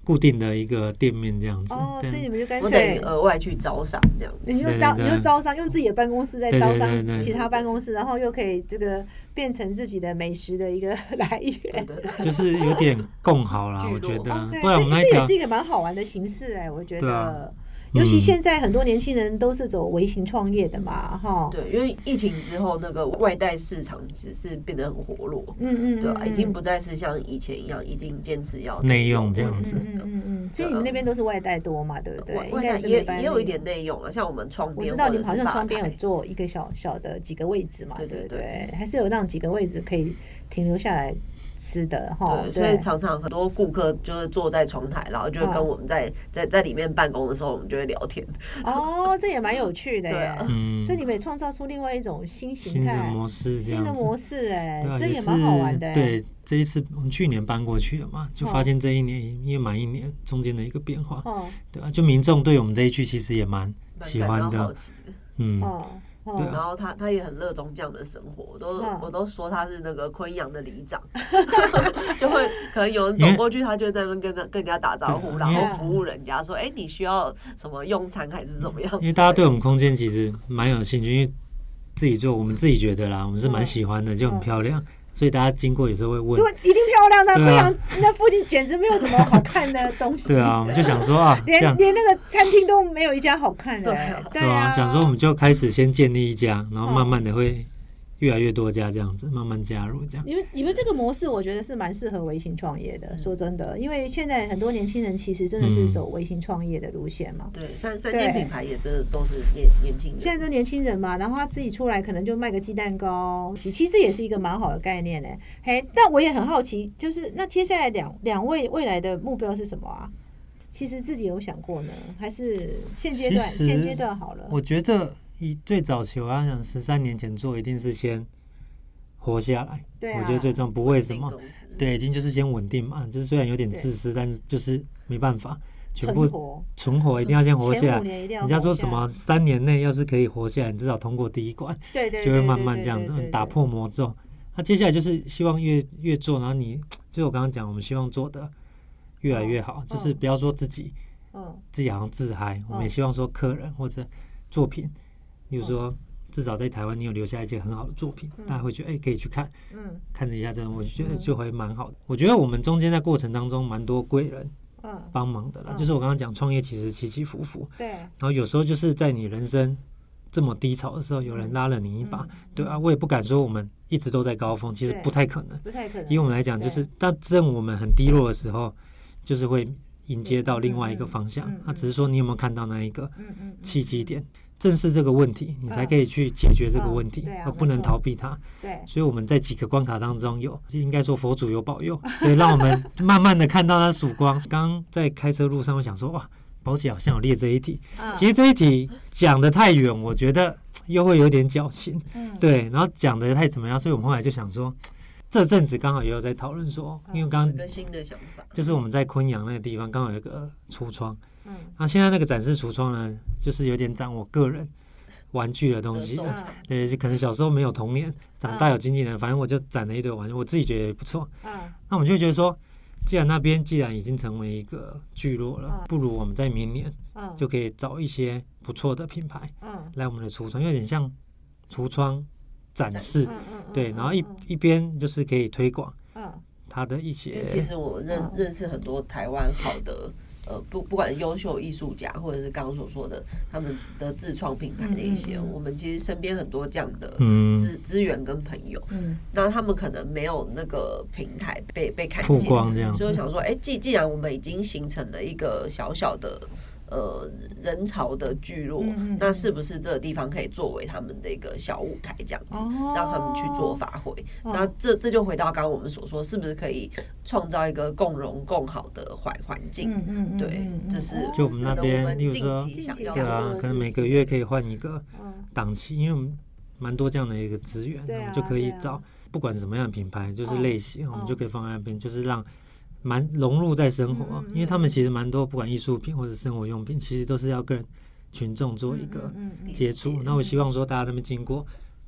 固定的一个店面这样子。 哦，所以你们就干我等于脆额外去招商这样子。 你就招，你就招商，用自己的办公室在招商对对对对其他办公室，然后又可以这个变成自己的美食的一个来源。 对对对， 就是有点共好啦， 聚落我觉得。 OK， 不然我们那这一条这也是一个蛮好玩的形式哎、我觉得。 对啊尤其现在很多年轻人都是走微型创业的嘛，哈。 对，因为疫情之后，那个外带市场只是变得很活络， 嗯嗯， 对吧、啊？ 嗯已经不再是像以前一样一定坚持要内用这样子。 嗯嗯嗯，所以你们那边都是外带多嘛，对不对？ 外应该带也是没办法也有一点内用啊，像我们窗边， 我知道你们好像窗窗边有做一个小小的几个位置嘛， 对对对不对？还是有让几个位置可以停留下来吃的哈。 对，所以常常很多顾客就是坐在窗台，然后就会跟我们在在在里面办公的时候，我们就会聊天。 哦，这也蛮有趣的耶。 啊嗯， 所以你们也创造出另外一种新形新的态、 模式这新样子。 的模式，哎对啊， 这也蛮好玩的耶。 对，这一次我们去年搬过去的嘛，就发现这一年因为满一年中间的一个变化， 哦对啊，就民众对我们这一区其实也蛮喜欢蛮感到好的， 奇的。 嗯， 哦哦对啊然后他他也很热衷这样的生活，我都、 嗯我都说他是那个昆阳的里长，就会可能有人走过去，他就在那边跟跟人家打招呼，然对因为后服务人家说，哎、你需要什么用餐还是怎么样？ 因为大家对我们空间其实蛮有兴趣，因为自己做，我们自己觉得啦，我们是蛮喜欢的，就很漂亮，所以大家经过有时候会问， 对，一定漂亮的。 对啊昆阳那附近简直没有什么好看的东西。 对啊，我们就想说啊，这连样连那个餐厅都没有一家好看的、 对啊对对啊，想说我们就开始先建立一家，然后慢慢的哦会越来越多家这样子，慢慢加入这样。 你们你们这个模式，我觉得是蛮适合微型创业的。说真的，因为现在很多年轻人其实真的是嗯走微型创业的路线嘛。 对，三三对间品牌也真的都是年年轻人。 现在都年轻人嘛，然后他自己出来可能就卖个鸡蛋糕，其实这也是一个蛮好的概念呢。嘿，但我也很好奇，就是那接下来两两位未来的目标是什么啊？其实自己有想过呢，还是现阶段其实现阶段好了？ 我觉得以最早期，我要想十三年前做，一定是先活下来。 对啊我觉得最重要，不为什么， 公司对，一定就是先稳定嘛。就是虽然有点自私，但是就是没办法，全部存活存活一定要先活下来前五。年一定要人家说什活下来么三年内要是可以活下来，你至少通过第一关， 对对对， 就会慢对对慢这样子对对对打破魔咒。那接下来就是希望越越做，然后你就我刚刚讲，我们希望做的越来越好，就是不要说自己嗯自己好像自嗨，我们也希望说客人或者作品，例如说至少在台湾你有留下一些很好的作品，大家会觉得哎、可以去看嗯看一下，这种我就觉得就会蛮好的。我觉得我们中间在过程当中蛮多贵人嗯， 帮忙的啦， 嗯就是我刚刚讲创业其实起起伏伏， 对， 然后有时候就是在你人生这么低潮的时候，有人拉了你一把， 嗯对啊，我也不敢说我们一直都在高峰，其实对不太可能。 不太可能。 以我们来讲，就是当正我们很低落的时候，就是会迎接到另外一个方向嗯嗯嗯。 那只是说你有没有看到那一个嗯嗯嗯契机点，正视这个问题，你才可以去解决这个问题嗯对啊， 而不能没错逃避它。 对， 所以我们在几个关卡当中有，应该说佛祖有保佑，对，让我们慢慢的看到它曙光。刚刚在开车路上，我想说，哇，宝姐好像有列这一题， 嗯其实这一题讲的太远，我觉得又会有点矫情， 嗯对，然后讲的太怎么样，所以我们后来就想说，这阵子刚好也有在讨论说，因为刚刚有一个新的想法， 就是我们在昆阳那个地方刚好有一个橱窗， 嗯那现在那个展示橱窗呢，就是有点展我个人玩具的东西的收，藏对，就可能小时候没有童年，长大有经纪人，反正我就展了一堆玩具，我自己觉得也不错。 嗯那我们就觉得说，既然那边既然已经成为一个聚落了， 嗯不如我们在明年嗯就可以找一些不错的品牌嗯来我们的橱窗，有点像橱窗展示， 嗯嗯对，然后一一边就是可以推广嗯它的一因为些， 其实我认嗯认识很多台湾好的。呃，不，不管优秀艺术家，或者是刚刚所说的他们的自创品牌的一些， 嗯嗯嗯我们其实身边很多这样的嗯资资源跟朋友， 嗯那他们可能没有那个平台被被看曝见， 光这样所以我想说，哎、既既然我们已经形成了一个小小的呃人潮的聚落， 嗯嗯嗯那是不是这个地方可以作为他们的一个小舞台，这样子、 哦让他们去做发挥？那这这就回到刚刚我们所说，是不是可以创造一个共荣共好的环环境？ 嗯嗯嗯对嗯，嗯这是哦就我们那边可能我们例如说近期想要对啊做的，事可能每情个月可以换一个嗯档期，因为我们蛮多这样的一个资源， 对啊我们就可以对啊找不管什么样的品牌，就是类型，我们嗯就可以放在那边，就是让蛮融入在生活嗯嗯，嗯因为他们其实蛮多，不管艺术品或者生活用品，其实都是要跟群众做一个嗯嗯嗯接触。那我希望说大家那边经过，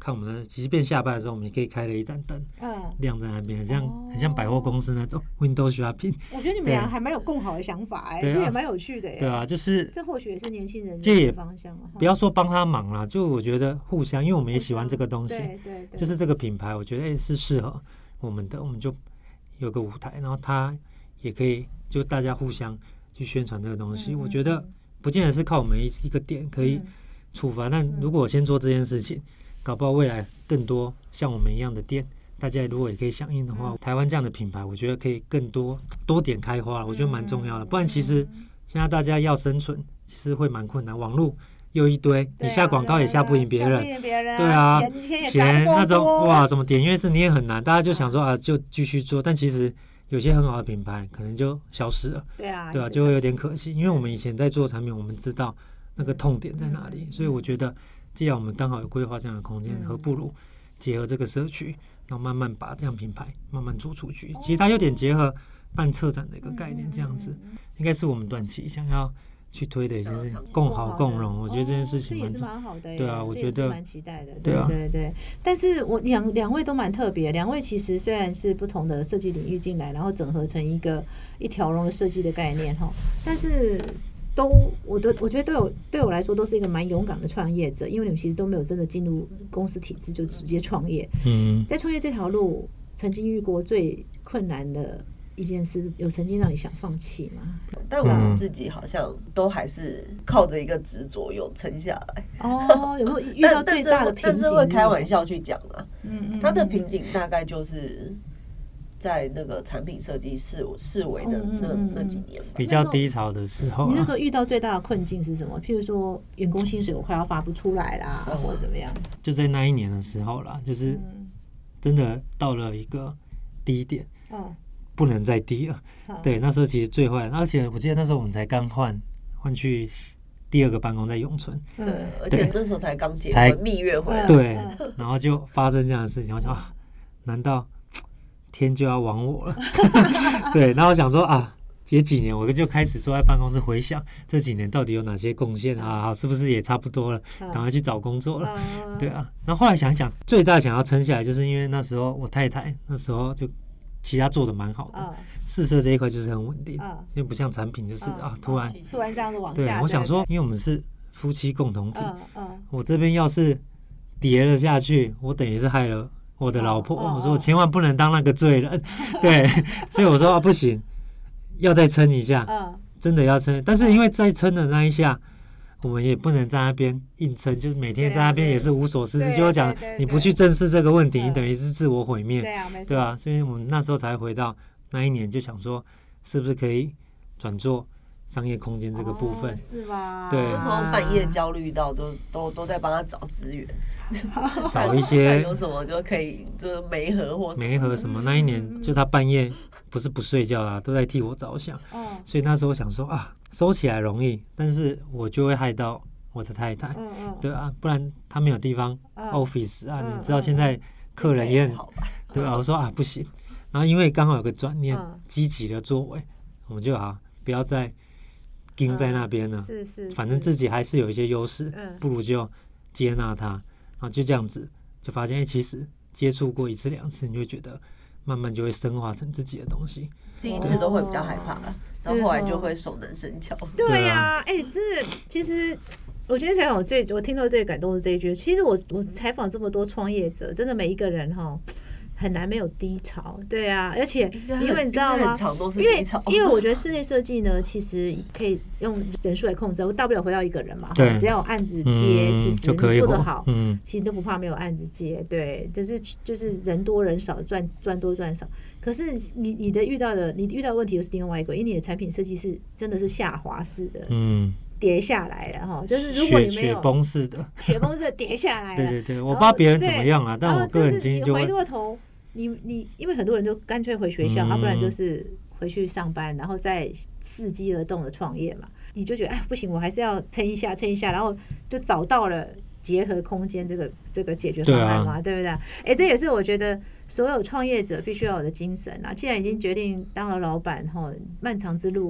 看我们的，即便下班的时候，我们也可以开了一盏灯，嗯，亮在那边，很像、哦、很像百货公司那种 window shopping。 我觉得你们俩还蛮有共好的想法哎、欸，这也蛮有趣的哎、欸。 对啊，就是这或许也是年轻人的方向了。 不要说帮他忙啦，就我觉得互相，因为我们也喜欢这个东西， 对对对， 就是这个品牌，我觉得哎、欸、是适合我们的，我们就有个舞台，然后他也可以就大家互相去宣传这个东西。嗯、我觉得不见得是靠我们一一个点可以触发，嗯、但如果我先做这件事情。搞不好未来更多像我们一样的店，大家如果也可以响应的话，嗯、台湾这样的品牌，我觉得可以更多多点开花，我觉得蛮重要的。不然其实现在大家要生存，其实会蛮困难。网络又一堆，你下广告也下不赢别人，对啊，钱那种哇，什么点阅式你也很难，大家就想说啊，就继续做，但其实有些很好的品牌可能就消失了， 对啊， 对啊，就会有点可惜，因为我们以前在做产品，我们知道那个痛点在哪里，所以我觉得。既然我们刚好有规划这样的空间，何不如结合这个社区，然后慢慢把这样品牌慢慢做出去。其实它有点结合办策展的一个概念，这样子应该是我们短期想要去推的，就是共好共荣。我觉得这件事情这也是蛮好的， 对啊，我觉得蛮期待的，对对对。但是我两两位都蛮特别，两位其实虽然是不同的设计领域进来，然后整合成一个一条龙的设计的概念哈，但是。都，我的我觉得对我对我来说都是一个蛮勇敢的创业者，因为你们其实都没有真的进入公司体制就直接创业。嗯，在创业这条路，曾经遇过最困难的一件事，有曾经让你想放弃吗？ 但我们自己好像都还是靠着一个执着有撑下来。 哦，有没有遇到最大的瓶颈？ 但是会开玩笑去讲啊。嗯嗯，他的瓶颈大概就是。在那个产品设计视视为的那、嗯、那几年吧， 比较低潮的时候、啊， 你那时候遇到最大的困境是什么？譬如说员工薪水我快要发不出来啦，嗯、或者怎么样？ 就在那一年的时候啦，就是真的到了一个低点，嗯、不能再低了。嗯、对，那时候其实最坏，而且我记得那时候我们才刚换换去第二个办公在永春， 对，嗯、而且那时候才刚结婚蜜月回来， 对，然后就发生这样的事情，我想啊，难道？天就要亡我了，对，然后我想说啊，也几年，我就开始坐在办公室回想这几年到底有哪些贡献啊，是不是也差不多了，赶快去找工作了，对啊。然后后来想想，最大想要撑下来，就是因为那时候我太太那时候就其他做的蛮好的，试色这一块就是很稳定，因为不像产品就是啊突然突然这样子往下。 对，我想说，因为我们是夫妻共同体，我这边要是跌了下去，我等于是害了。我的老婆，我说我千万不能当那个罪人，对，所以我说啊不行，要再撑一下，真的要撑。但是因为再撑的那一下，我们也不能在那边硬撑，就是每天在那边也是无所事事，就讲你不去正视这个问题，你等于是自我毁灭，对啊，所以我们那时候才回到那一年，就想说是不是可以转做商业空间这个部分， 哦、是吧？ 对， 那时候半夜焦虑到都都都在帮他找资源。 找一些有什么就可以，就是媒合或媒合什么。那一年就他半夜不是不睡觉啊，都在替我着想。嗯、所以那时候想说啊，收起来容易，但是我就会害到我的太太，嗯嗯、对啊，不然他没有地方、嗯、office 啊，嗯、你知道现在客人也很，嗯、对啊，我说啊不行。然后因为刚好有个转念，积极的作为，我们就啊不要再盯在那边了，嗯、是是是，反正自己还是有一些优势，嗯、不如就接纳它。然后就这样子，就发现，哎，其实接触过一次两次，你就会觉得慢慢就会升华成自己的东西。 第一次都会比较害怕了，然后后来就会熟能生巧。 对呀、啊，哎、欸，真的，其实我觉得采访我最我听到最感动的这一句，其实我我采访这么多创业者，真的每一个人哈。很难没有低潮，对啊，而且因为你知道吗？因为因为我觉得室内设计呢，其实可以用人数来控制，我大不了回到一个人嘛，只要有案子接，嗯、其实你做得好，嗯、其实都不怕没有案子接，对，就是就是人多人少赚赚多赚少。可是你你的遇到的你遇到的问题又是另外一个，因为你的产品设计是真的是下滑式的，嗯。跌下来了哈，就是如果你没有雪崩式的， 雪崩式的跌下来了。 对对对，我不知道别人怎么样啊，但我个人经历就回过头，你你因为很多人就干脆回学校，要、嗯啊、不然就是回去上班，然后再伺机而动的创业嘛。你就觉得哎不行，我还是要撑一下撑一下，然后就找到了结合空间这个这个解决方案嘛， 对,、啊、对不对？哎，这也是我觉得所有创业者必须要有的精神啊。既然已经决定当了老板哈，漫长之路。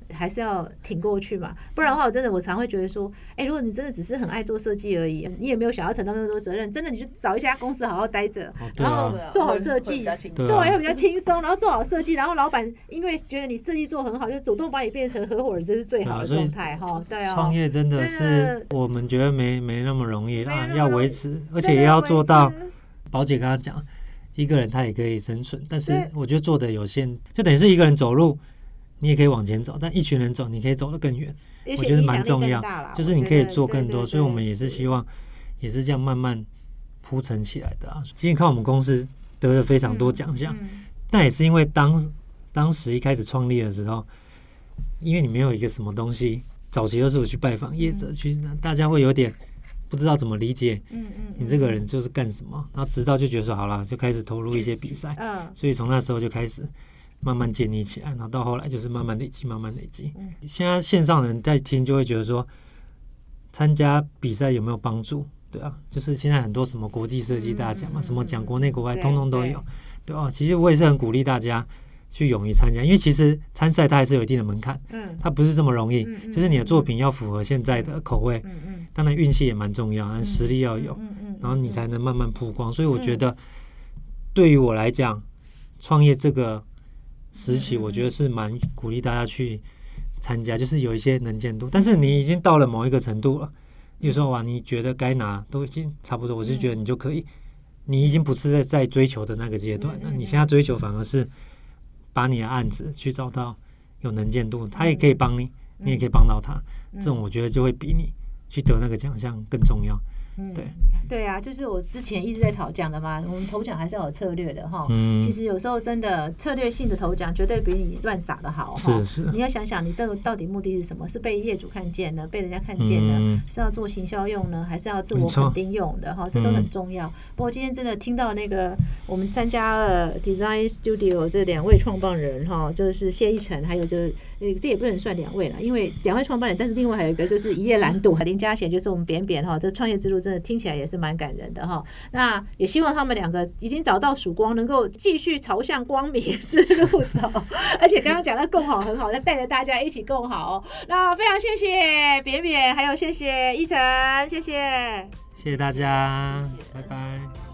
还是要挺过去嘛，不然的话，我真的我常会觉得说，哎、欸，如果你真的只是很爱做设计而已，你也没有想要承担那么多责任，真的你就找一家公司好好待着， 哦啊、 然后做好设计，对，会比较轻松，然后做好设计，然后老板因为觉得你设计做很好，就主动把你变成合伙人，这是最好的状态哈。对啊， 创业真的是我们觉得没没那么容易啦，要维持，而且也要做到。宝姐刚刚讲，一个人他也可以生存，但是我觉得做的有限，就等于是一个人走路。你也可以往前走，但一群人走，你可以走得更远。我觉得蛮重要，就是你可以做更多。所以我们也是希望，也是这样慢慢铺陈起来的啊。今天看我们公司得了非常多奖项，嗯嗯、但也是因为当当时一开始创立的时候，因为你没有一个什么东西，早期都是我去拜访业者，嗯、去大家会有点不知道怎么理解，你这个人就是干什么，然后直到就觉得说好啦，就开始投入一些比赛，嗯、所以从那时候就开始。慢慢建立起来，然后到后来就是慢慢累积，慢慢累积。嗯、现在线上的人在听就会觉得说，参加比赛有没有帮助？对啊，就是现在很多什么国际设计大奖嘛，嗯、什么奖国内国外通通都有，对啊。其实我也是很鼓励大家去勇于参加，因为其实参赛它还是有一定的门槛，嗯，它不是这么容易，嗯、就是你的作品要符合现在的口味，嗯嗯、当然运气也蛮重要，但实力要有，嗯、然后你才能慢慢曝光。所以我觉得，对于我来讲，创业这个。时期我觉得是蛮鼓励大家去参加，就是有一些能见度，但是你已经到了某一个程度了，比如说哇，你觉得该拿都已经差不多，我就觉得你就可以，你已经不是在在追求的那个阶段了，你现在追求反而是把你的案子去找到有能见度，他也可以帮你，你也可以帮到他，这种我觉得就会比你去得那个奖项更重要。嗯，对对啊，就是我之前一直在讨讲的嘛，我们投奖还是要有策略的哈。嗯，其实有时候真的策略性的投奖绝对比你乱撒的好哈。 是是， 你要想想你这个到底目的是什么？是被业主看见呢？被人家看见呢？嗯、是要做行销用呢？还是要自我肯定用的哈？这都很重要。嗯、不过今天真的听到那个我们参加了 Design Studio 这两位创办人哈，就是谢一成，还有就是呃这也不能算两位了，因为两位创办人，但是另外还有一个就是一夜蓝朵林嘉贤，就是我们扁扁哈，这创业之路真的听起来也是蛮感人的哈。那也希望他们两个已经找到曙光，能够继续朝向光明之路走。而且刚刚讲到共好很好，再带着大家一起共好。那非常谢谢扁扁，还有谢谢一成，谢谢， 谢谢大家，谢谢拜拜。